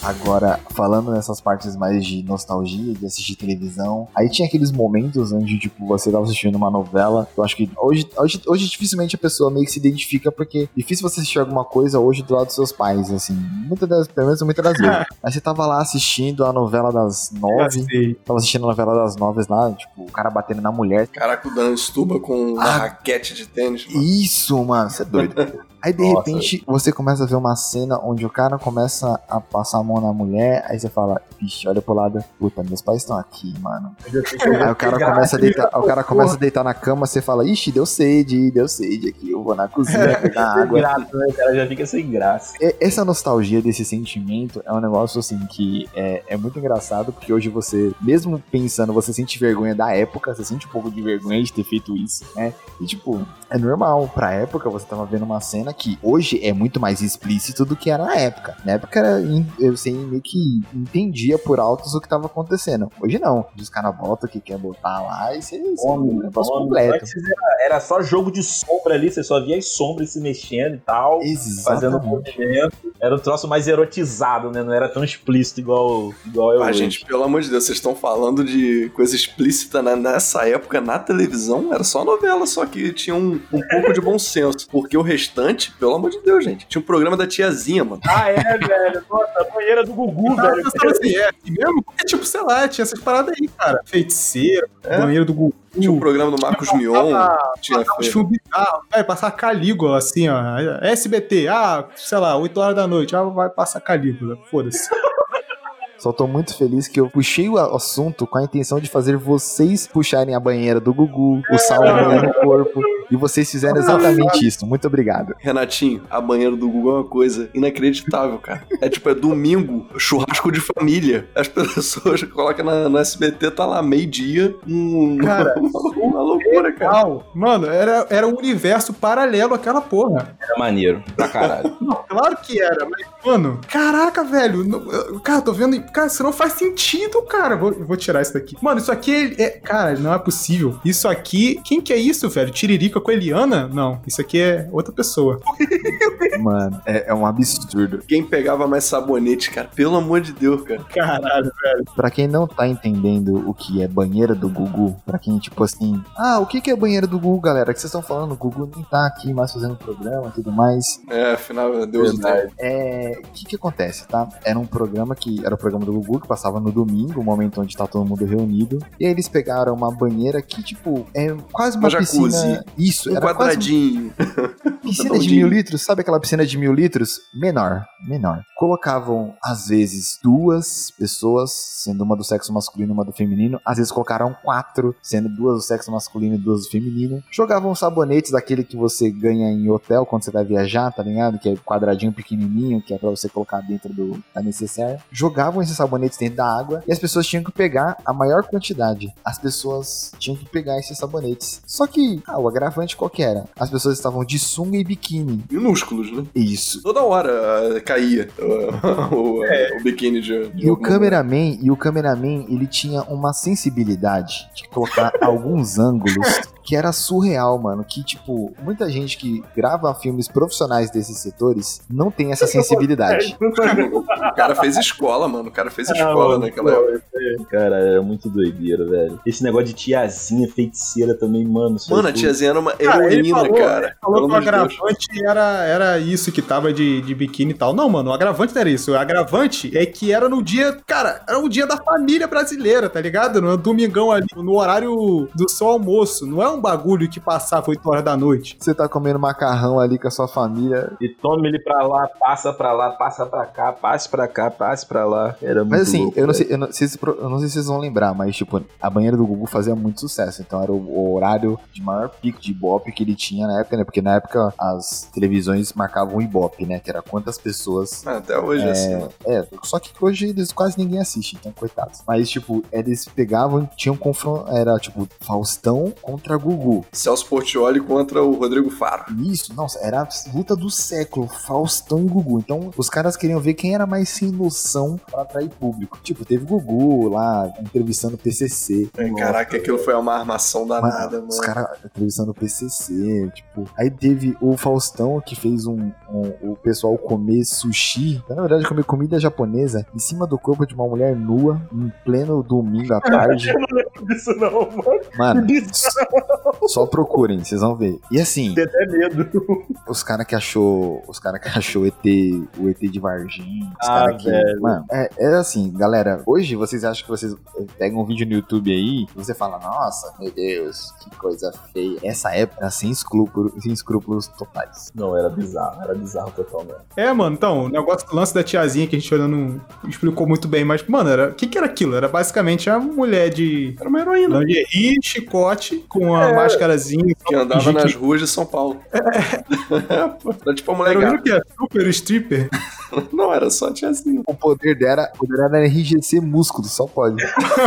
Agora, falando nessas partes mais de nostalgia, de assistir televisão, aí tinha aqueles momentos onde, tipo, você tava assistindo uma novela. Eu acho que hoje dificilmente a pessoa meio que se identifica, porque é difícil você assistir alguma coisa hoje do lado dos seus pais, assim. Pelo menos muitas das vezes. Aí você tava lá assistindo a novela das 9. Tava assistindo a novela das 9 lá, tipo, o cara batendo na mulher. Caraca, o Dan estuba com uma raquete de tênis, mano. Isso, mano, você é doido. Aí de repente você começa a ver uma cena onde o cara começa a passar a mão na mulher, aí você fala, vixe, olha pro lado, puta, meus pais estão aqui, mano. Aí o cara começa a deitar na cama, você fala, ixi, deu sede aqui, eu vou na cozinha pegar água. Graça, né? O cara já fica sem graça. Essa nostalgia desse sentimento é um negócio assim que é muito engraçado, porque hoje você, mesmo pensando, você sente vergonha da época, você sente um pouco de vergonha de ter feito isso, né? E tipo, é normal, pra época você tava vendo uma cena que hoje é muito mais explícito do que era na época. Na época você meio que entendia por altos o que tava acontecendo. Hoje não. Os caras botam o que quer botar lá e você um negócio completo. Era só jogo de sombra ali, você só via as sombras se mexendo e tal. Exatamente. Fazendo movimento. Era um troço mais erotizado, né? Não era tão explícito igual eu hoje. Gente, pelo amor de Deus, vocês estão falando de coisa explícita nessa época na televisão? Era só novela, só que tinha um pouco de bom senso. Porque o restante, pelo amor de Deus, gente, tinha um programa da tiazinha, mano. Ah, é, velho. Nossa, a banheira do Gugu, velho. Assim, assim mesmo? Porque, tipo, sei lá, tinha essas paradas aí, cara. Feiticeiro, banheiro do Gugu. Tinha um programa do Marcos Mion. Tinha passar Calígula, assim, ó. SBT, sei lá, 8 horas da noite. Vai passar Calígula. Foda-se. Só tô muito feliz que eu puxei o assunto com a intenção de fazer vocês puxarem a banheira do Gugu, o salmão no corpo, e vocês fizeram exatamente isso. Muito obrigado. Renatinho, a banheira do Gugu é uma coisa inacreditável, cara. É tipo, é domingo, churrasco de família. As pessoas colocam no SBT, tá lá meio-dia. Cara, uma loucura, cara. Mano, era um universo paralelo àquela porra. Era maneiro, pra caralho. Não, claro que era, mas, mano, caraca, velho. Cara, tô vendo. Cara, isso não faz sentido, cara. Vou tirar isso daqui. Mano, isso aqui cara, não é possível. Isso aqui. Quem que é isso, velho? Tiririca com a Eliana? Não, isso aqui é outra pessoa. Mano, é um absurdo. Quem pegava mais sabonete, cara? Pelo amor de Deus, cara. Caralho, velho. Pra quem não tá entendendo o que é banheira do Gugu, pra quem, tipo assim, o que é banheira do Gugu, galera? Que vocês estão falando? O Gugu nem tá aqui mais fazendo programa e tudo mais. Afinal, Deus do céu. O que acontece, tá? Era um programa do Gugu que passava no domingo, o momento onde tá todo mundo reunido. E aí eles pegaram uma banheira que, tipo, é quase uma jacuzzi. Piscina. Isso, era quadradinho. Piscina de 1000 litros, sabe aquela piscina de 1000 litros? Menor. Colocavam, às vezes, 2 pessoas, sendo uma do sexo masculino e uma do feminino. Às vezes colocaram 4, sendo 2 do sexo masculino e 2 do feminino. Jogavam sabonetes, daquele que você ganha em hotel quando você vai viajar, tá ligado? Que é quadradinho pequenininho, que é pra você colocar dentro da necessaire. Jogavam esses sabonetes dentro da água e as pessoas tinham que pegar a maior quantidade. As pessoas tinham que pegar esses sabonetes. Só que, o agravante qual que era? As pessoas estavam de sunga e biquíni. Minúsculos, né? Isso. Toda hora caía o biquíni de E o cameraman, ele tinha uma sensibilidade de colocar alguns ângulos que era surreal, mano. Que, tipo, muita gente que grava filmes profissionais desses setores não tem essa sensibilidade. O cara fez escola, mano. O cara fez escola naquela época. Cara, era muito doideira, velho. Esse negócio de tiazinha, feiticeira também, mano. Mano, a tiazinha era uma heroína, cara. Ele falou que o agravante era isso que tava de biquíni e tal. Não, mano, o agravante não era isso. O agravante é que era no dia, cara, era o dia da família brasileira, tá ligado? No domingão ali, no horário do seu almoço. Não é um bagulho que passava 8 horas da noite. Você tá comendo macarrão ali com a sua família. E tome ele pra lá, passa pra cá, passe pra cá, passe pra lá. Era muito Mas assim, louco, eu não sei se vocês vão lembrar, mas tipo, a banheira do Gugu fazia muito sucesso. Então era o horário de maior pico de Ibope que ele tinha na época, né? Porque na época as televisões marcavam o Ibope, né? Que era quantas pessoas... Até hoje é assim. Só que hoje eles quase ninguém assiste, então coitados. Mas tipo, eles pegavam, tinham confronto, era tipo Faustão contra Gugu. Celso Portiolli contra o Rodrigo Faro. Isso, nossa, era a luta do século, Faustão e Gugu. Então os caras queriam ver quem era mais sem noção pra atrair público. Tipo, teve Gugu lá entrevistando o PCC. Caraca, aquilo foi uma armação danada, mano. Os caras entrevistando o PCC, tipo... Aí teve o Faustão que fez um o pessoal comer sushi, na verdade comer comida japonesa, em cima do corpo de uma mulher nua, em pleno domingo à tarde. Eu não lembro disso não, mano. Mano, só procurem, vocês vão ver. E assim, Tem até medo. os cara que achou o ET de Varginha, os cara que, velho. mano, é assim, galera, hoje vocês acham que vocês pegam um vídeo no YouTube aí, e você fala, nossa, meu Deus, que coisa feia. Essa época era sem escrúpulos totais. Não, era bizarro totalmente. Mano, então, o lance da tiazinha que a gente olhando não explicou muito bem, mas, mano, o que era aquilo? Era basicamente a mulher Era uma heroína. lingerie, chicote, com a máscarazinha. Que andava nas ruas de São Paulo. Era tipo uma mulher Heroína gata. que é super stripper. Não, era só a tiazinha. O poder dela era enrijecer músculo, só pode.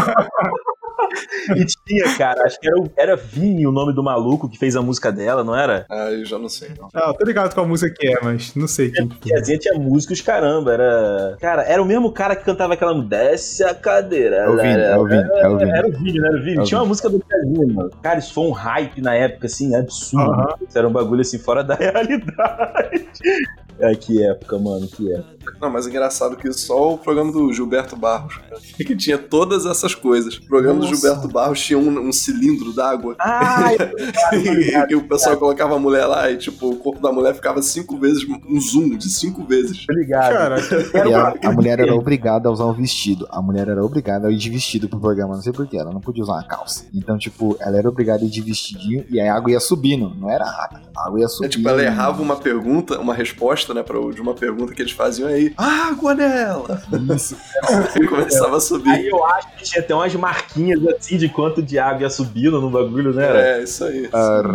E tinha, cara, acho que era Vini o nome do maluco que fez a música dela, não era? Ah, eu já não sei. Não. Ah, tô ligado qual a música que é, mas não sei quem. E a gente tinha músicos, caramba, Cara, era o mesmo cara que cantava aquela Desce a cadeira. É o Vini. Era o Vini, não era o Vini? É o Tinha Vini. uma música do Pezinho, mano. Cara, isso foi um hype na época, assim, absurdo. Aham. Isso era um bagulho, assim, fora da realidade. Que época, mano, que época. Não, mas engraçado que só o programa do Gilberto Barros, cara, que tinha todas essas coisas. O programa do Gilberto Barros tinha um cilindro d'água. Ah, E o pessoal colocava a mulher lá e, tipo, o corpo da mulher ficava 5 vezes, um zoom de 5 vezes. obrigado. Cara, E a mulher era obrigada a usar um vestido. A mulher era obrigada a ir de vestido pro programa, não sei porquê, ela não podia usar uma calça. Então, tipo, ela era obrigada a ir de vestidinho e aí a água ia subindo, não era rápido. A água ia subindo. Tipo, ela errava uma pergunta, uma resposta, né, de uma pergunta que eles faziam aí. Água nela! Isso. E começava a subir. Aí eu acho que tinha até umas marquinhas assim de quanto de água ia subindo no bagulho, né? Era? É, isso aí.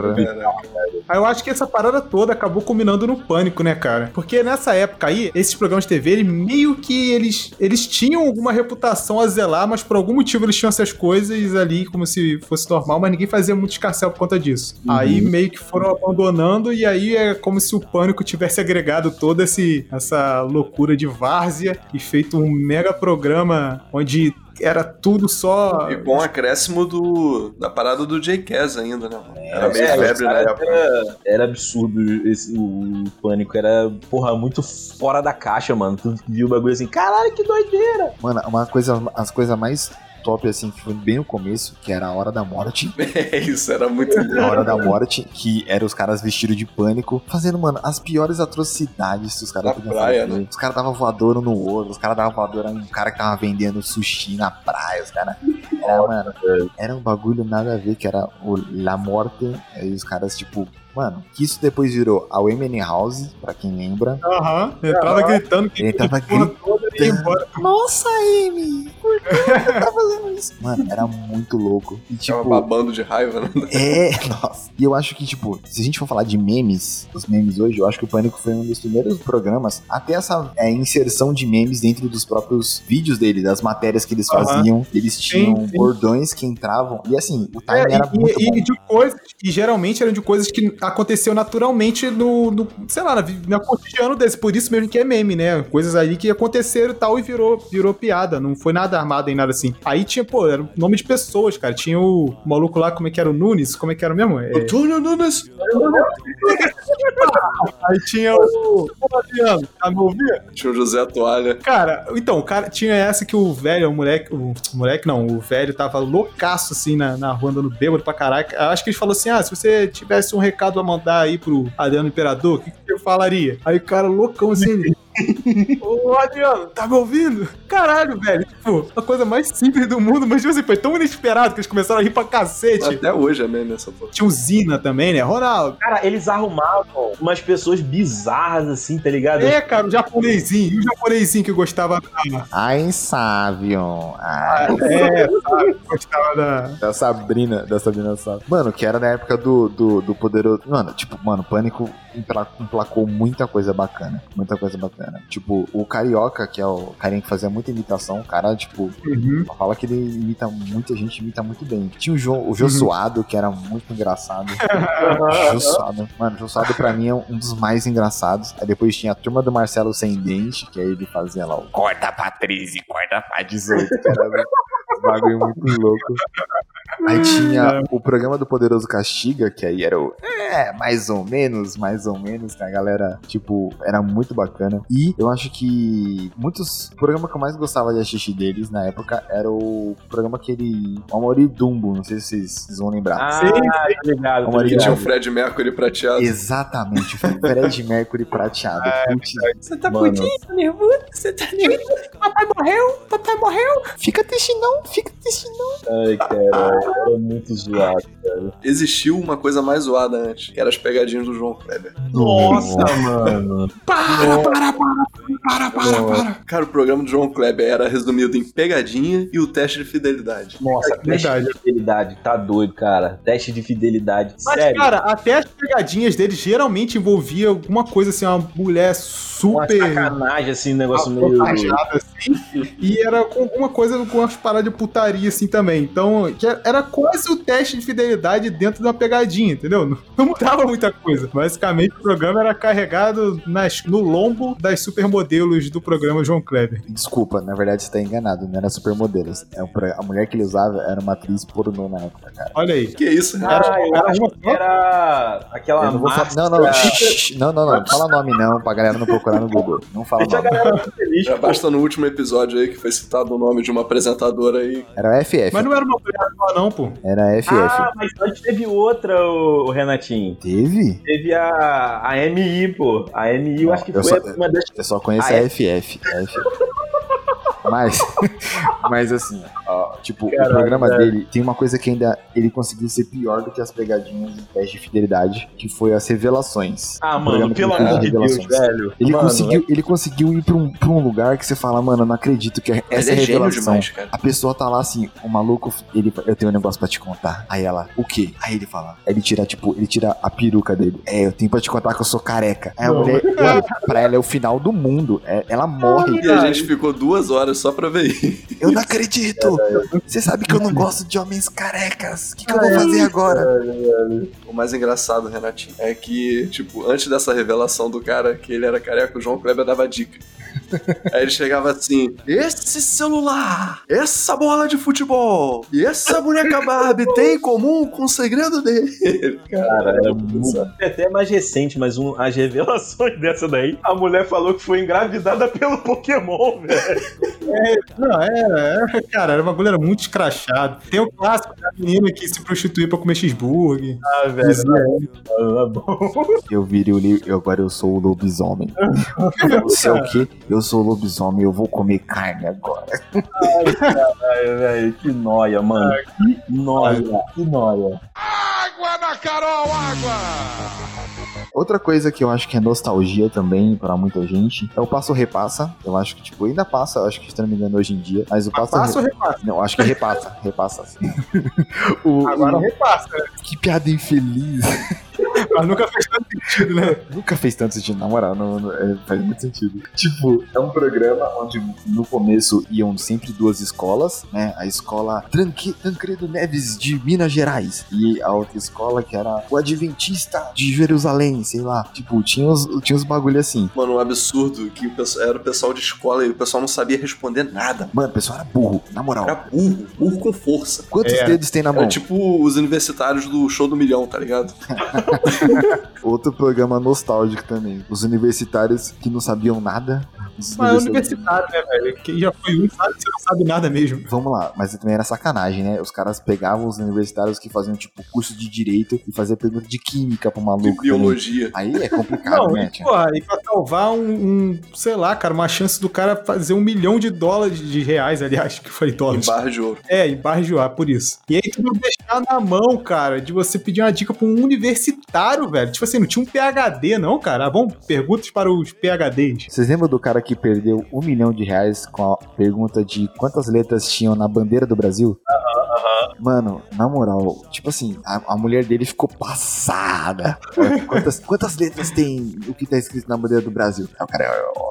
Aí eu acho que essa parada toda acabou culminando no pânico, né, cara? Porque nessa época aí, esses programas de TV, eles meio que eles tinham alguma reputação a zelar, mas por algum motivo eles tinham essas coisas ali como se fosse normal, mas ninguém fazia muito escarcéu por conta disso. Aí meio que foram abandonando e aí é como se o pânico tivesse agregado toda essa loucura de várzea e feito um mega programa onde era tudo só... E com o acréscimo da parada do Jackass ainda, né? Era meio febre na época. Era absurdo. O pânico era, porra, muito fora da caixa, mano. Tu viu o bagulho assim, caralho, que doideira. Mano, as coisas mais top, assim, que foi bem no começo, que era a Hora da Morte. Isso, era muito lindo. A Hora da Morte, que era os caras vestidos de pânico, fazendo, mano, as piores atrocidades que os caras Na podiam praia, fazer. né? Os caras davam voadora no outro, os caras davam voadora em um cara que tava vendendo sushi na praia, os caras... Mano, era um bagulho nada a ver, que era o La Morte, e os caras, tipo... Mano, que isso depois virou a Eminem House, pra quem lembra. Aham, entrava gritando que Ele tava porra toda e ia embora. Nossa, Amy! Por que você tá fazendo isso? Mano, era muito louco. E Tava tipo... babando de raiva, né? Nossa. E eu acho que, tipo, se a gente for falar de memes, os memes hoje, eu acho que o Pânico foi um dos primeiros programas a ter essa inserção de memes dentro dos próprios vídeos dele, das matérias que eles faziam. Eles tinham bordões que entravam. E assim, o timing era muito bom. De coisas, e geralmente eram de coisas que aconteceu naturalmente no sei lá, no cotidiano desse. Por isso mesmo que é meme, né? Coisas aí que aconteceram e tal e virou piada. Não foi nada armado em nada assim. Aí tinha, pô, era o nome de pessoas, cara. Tinha o maluco lá, como é que era o Nunes? Como é que era mesmo? Antônio Nunes! Aí tinha o... Pô, Adriano, tá me ouvindo? Tinha o José Toalha. Cara, então, o cara tinha essa que o velho, o velho tava loucaço assim na rua andando bêbado pra caraca. Eu acho que ele falou assim: se você tivesse um recado a mandar aí pro Adriano Imperador, o que eu falaria? Aí o cara loucão assim, ele... Ô, Adriano, tá me ouvindo? Caralho, velho. Tipo, a coisa mais simples do mundo, mas tipo assim, foi tão inesperado que eles começaram a rir pra cacete. Até hoje é meme essa porra. Tinha o Zina também, né? Ronaldo. Cara, eles arrumavam umas pessoas bizarras assim, tá ligado? Cara, o japonesinho. E o japonesinho que gostava da... Ai, Savion. sabe? Gostava Da Sabrina Sato. Mano, que era na época do poderoso... Mano, Pânico emplacou muita coisa bacana. Muita coisa bacana. Tipo, o Carioca, que é o carinha que fazia muita imitação, o cara, tipo, fala que ele imita muita gente, imita muito bem. Tinha o Jô Suado, que era muito engraçado. Jô Suado. Mano, Jô Suado pra mim é um dos mais engraçados. Aí depois tinha a turma do Marcelo Sem Dente, que aí ele fazia lá o corta pra 13, corta pra 18, que era um bagulho muito louco. Aí tinha o programa do Poderoso Castiga, que aí era o... mais ou menos, que a galera, tipo, era muito bacana. E eu acho que o programa que eu mais gostava de assistir deles na época era o programa o Amaury Dumbo, não sei se vocês vão lembrar. Ligado. Que tinha o Fred Mercury prateado. Exatamente, o Fred Mercury prateado. Você tá putinho, nervoso? Você tá nervoso? Papai morreu? Fica triste não. Ai, cara, era muito zoado, cara. Existiu uma coisa mais zoada antes, que era as pegadinhas do João Kleber. Nossa, mano. Para. Cara, o programa do João Kleber era resumido em pegadinha e o teste de fidelidade. Nossa, teste de fidelidade, tá doido, cara. Teste de fidelidade, Mas, sério. cara, até as pegadinhas dele geralmente envolvia alguma coisa assim, uma mulher super... Uma sacanagem, assim, um negócio meio... assim, e era com alguma coisa com umas paradas de putaria, assim, também. Então, era quase o teste de fidelidade dentro de uma pegadinha, entendeu? Não mudava muita coisa. Basicamente, o programa era carregado no lombo das supermodelos do programa João Kleber. Desculpa, na verdade você tá enganado, não era supermodelos. A mulher que ele usava era uma atriz pornô na época, cara. Olha aí. Que isso, né? eu acho que era aquela máscara... Não fala nome não, pra galera não procurar no Google. Não fala Deixa a nome. galera feliz, Já basta no último episódio aí que foi citado o nome de uma apresentadora aí. Era o FF. Mas não era uma mulher só, não, pô. Era FF. Ah, mas antes teve outra, o Renatinho. Teve? Teve a MI, pô. A MI eu acho que foi uma das... Eu só conheço a FF. Mas assim, ó, tipo, Caralho, o programa velho. dele tem uma coisa que ainda ele conseguiu ser pior do que as pegadinhas de teste de fidelidade, que foi as revelações. Ah, O mano, programa que ele pelo fez amor de de Deus, revelações. velho. Ele conseguiu ir pra um lugar que você fala, mano, eu não acredito que essa é gênio revelação. demais, cara. A pessoa tá lá assim, o maluco, eu tenho um negócio pra te contar. Aí ela, o quê? Aí ele fala, ele tira a peruca dele. Eu tenho pra te contar que eu sou careca. Aí a mulher, pra ela é o final do mundo. Ela morre. E a gente ficou 2 horas só pra ver isso. Eu não acredito! Você sabe que eu não gosto de homens carecas. O que eu vou fazer agora? O mais engraçado, Renatinho, é que, tipo, antes dessa revelação do cara que ele era careca, o João Kleber dava dica. Aí ele chegava assim: esse celular, essa bola de futebol e essa boneca Barbie tem em comum com o segredo dele. Cara, era muito... É até mais recente, mas as revelações dessa daí, a mulher falou que foi engravidada pelo Pokémon, velho. Cara, era uma bagulho muito escrachado. Tem o clássico da menina que se prostitui pra comer cheeseburger. Ah, velho, tá bom. Agora eu sou o lobisomem. Você é o quê? Eu sou o lobisomem, eu vou comer carne agora. Ai, caralho, velho, que nóia, mano. Que nóia. Água na Carol, água! Outra coisa que eu acho que é nostalgia também pra muita gente é o Passo Repassa. Eu acho que, tipo, ainda passa, eu acho que, se não me engano, hoje em dia. Mas o Passa ou repassa? Não, acho que repassa. Repassa, sim. Agora repassa. Que piada infeliz. Mas nunca fez tanto sentido, né? Nunca fez tanto sentido, na moral, faz muito sentido. Tipo, é um programa onde no começo iam sempre 2 escolas, né? A escola Tancredo Neves de Minas Gerais e a outra escola que era o Adventista de Jerusalém, sei lá. Tipo, tinha uns bagulho assim. Mano, um absurdo que era o pessoal de escola e o pessoal não sabia responder nada. Mano, o pessoal era burro, na moral. Era burro com força. Quantos dedos tem na mão? É tipo os universitários do Show do Milhão, tá ligado? Outro programa nostálgico também. Os universitários que não sabiam nada. Mas é universitário, né, velho? Quem já foi sabe que você não sabe nada mesmo. Vamos lá, mas também era sacanagem, né? Os caras pegavam os universitários que faziam, tipo, curso de direito e faziam pergunta de química pro maluco. De biologia. Também. Aí é complicado, né, tia? E pra salvar sei lá, cara, uma chance do cara fazer $1 milhão de reais, aliás, que foi dólares. Em barra de ouro. Em barra de ouro, por isso. E aí tu não deixar na mão, cara, de você pedir uma dica pra um universitário, velho. Tipo assim, não tinha um PhD, não, cara. Bom, perguntas para os PhDs. Vocês lembram do cara que perdeu $1 milhão com a pergunta de quantas letras tinham na bandeira do Brasil? Mano, na moral, tipo assim, a mulher dele ficou passada. Quantas letras tem o que tá escrito na bandeira do Brasil? O cara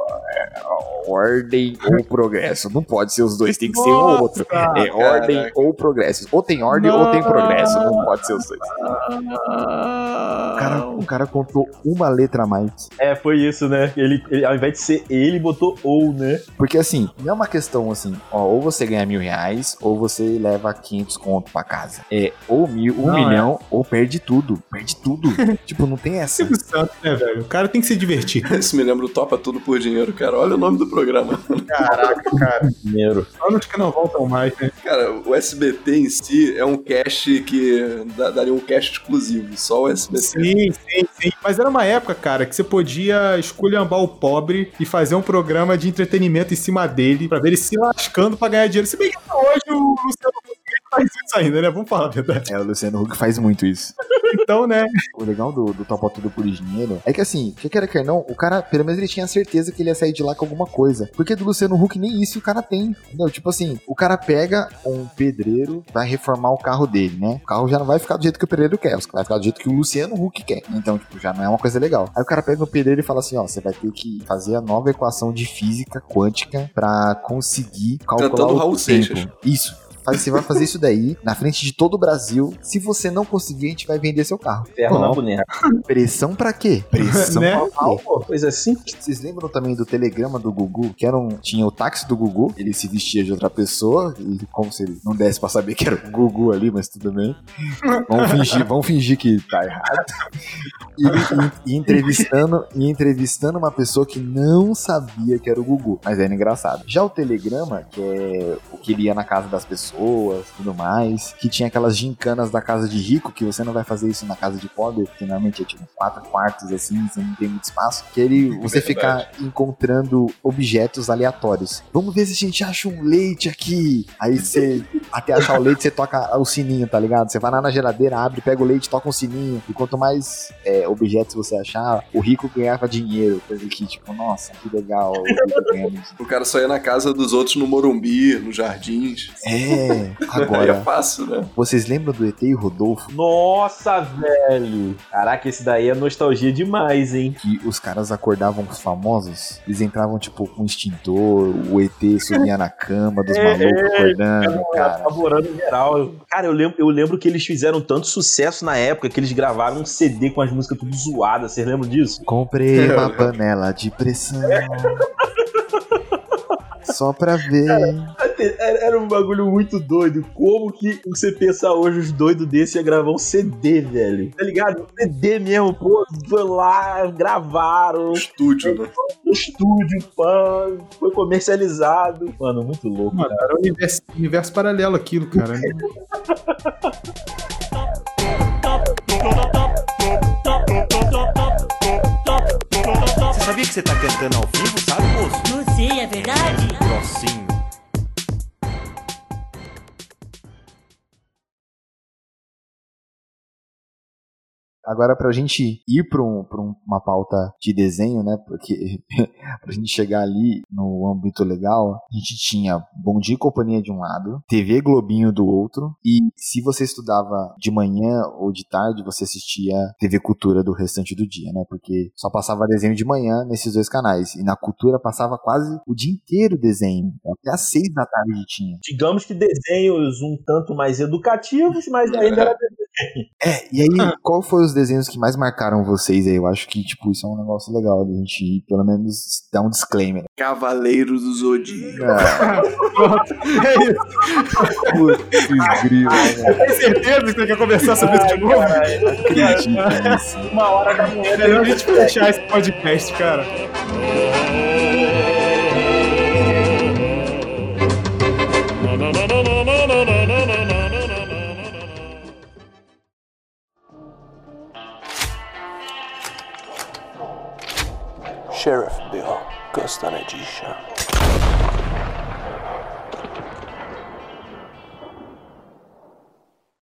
ordem ou progresso. Não pode ser os dois, tem que ser um ou outro. É ordem ou progresso. Ou tem ordem ou tem progresso. Não pode ser os dois. O cara contou uma letra a mais. Foi isso, né? Ele, ao invés de ser ele, botou ou, né? Porque assim, não é uma questão assim, ou você ganha R$1.000, ou você leva 500 conto pra casa. Ou 1 milhão, ou perde tudo. Perde tudo. Tipo, não tem essa. Silvio Santos, né, velho? O cara tem que se divertir. Isso me lembra o Topa Tudo por Dinheiro, cara. Olha o nome do programa. Caraca, cara. Dinheiro. Anos que não voltam mais, né? Cara, o SBT em si é um cast que daria um cast exclusivo, só o SBT. Sim. Mas era uma época, cara, que você podia esculhambar o pobre e fazer um programa de entretenimento em cima dele pra ver ele se lascando pra ganhar dinheiro. Se bem que hoje o Luciano Huck faz isso ainda, né? Vamos falar a verdade. O Luciano Huck faz muito isso. Então, né? O legal do Topa Tudo por Dinheiro é que assim, quer não, o cara, pelo menos ele tinha certeza que ele ia sair de lá com alguma coisa. Porque do Luciano Huck nem isso o cara tem, entendeu? Tipo assim, o cara pega um pedreiro, vai reformar o carro dele, né? O carro já não vai ficar do jeito que o pedreiro quer, vai ficar do jeito que o Luciano Huck quer. Então, tipo, já não é uma coisa legal. Aí o cara pega o pedreiro e fala assim, você vai ter que fazer a nova equação de física quântica pra conseguir calcular o Raul tempo. Seixas. Isso. Você vai fazer isso daí, na frente de todo o Brasil. Se você não conseguir, a gente vai vender seu carro. Ferro na boneca. Pressão pra quê? Pressão Né? pra quê? Coisa simples. Vocês lembram também do telegrama do Gugu? Que tinha o táxi do Gugu, ele se vestia de outra pessoa, e como se ele não desse pra saber que era o Gugu ali, mas tudo bem. Vamos fingir que tá errado. E entrevistando uma pessoa que não sabia que era o Gugu, mas era engraçado. Já o telegrama, que é o que ele ia na casa das pessoas, tudo mais, que tinha aquelas gincanas da casa de rico, que você não vai fazer isso na casa de pobre, porque normalmente é tipo 4 quartos assim, você não tem muito espaço, que você fica encontrando objetos aleatórios. Vamos ver se a gente acha um leite aqui. Aí você, até achar o leite, você toca o sininho, tá ligado? Você vai lá na geladeira, abre, pega o leite, toca um sininho, e quanto mais objetos você achar, o rico ganhava dinheiro, coisa que tipo, nossa, que legal, o cara só ia na casa dos outros no Morumbi, nos Jardins. Agora, é fácil, né? Vocês lembram do ET e o Rodolfo? Nossa, velho! Caraca, esse daí é nostalgia demais, hein? Que os caras acordavam os famosos, eles entravam tipo com um extintor, o ET subia na cama dos malucos acordando, cara. Apavorando geral. Cara, eu lembro que eles fizeram tanto sucesso na época que eles gravaram um CD com as músicas tudo zoadas, vocês lembram disso? Comprei uma panela de pressão. Só pra ver. Era um bagulho muito doido. Como que você pensa hoje os doidos desse ia gravar um CD, velho? Tá ligado? Um CD mesmo, pô. Foi lá, gravaram. Estúdio, né? Estúdio, pá. Foi comercializado. Mano, muito louco. Mano, era um universo paralelo aquilo, cara. Você sabia que você tá cantando ao vivo, sabe, moço? Não sei, é verdade? Grossinho. Agora, pra gente ir pra uma pauta de desenho, né? Porque pra gente chegar ali no âmbito legal, a gente tinha Bom Dia e Companhia de um lado, TV Globinho do outro, e se você estudava de manhã ou de tarde, você assistia TV Cultura do restante do dia, né? Porque só passava desenho de manhã nesses 2 canais, e na Cultura passava quase o dia inteiro desenho, até às 6 da tarde tinha. Digamos que desenhos um tanto mais educativos, mas ainda era desenho. E aí, qual foi os desenhos que mais marcaram vocês aí? Eu acho que, tipo, isso é um negócio legal de a gente, pelo menos, dar um disclaimer. Cavaleiro do Zodíaco. É isso. Putz, grilo, né? Tem certeza que você quer conversar sobre isso de novo? Acredito nisso. Uma hora da manhã. É melhor a gente fechar esse podcast, cara. Sheriff Bill Ghost Edition.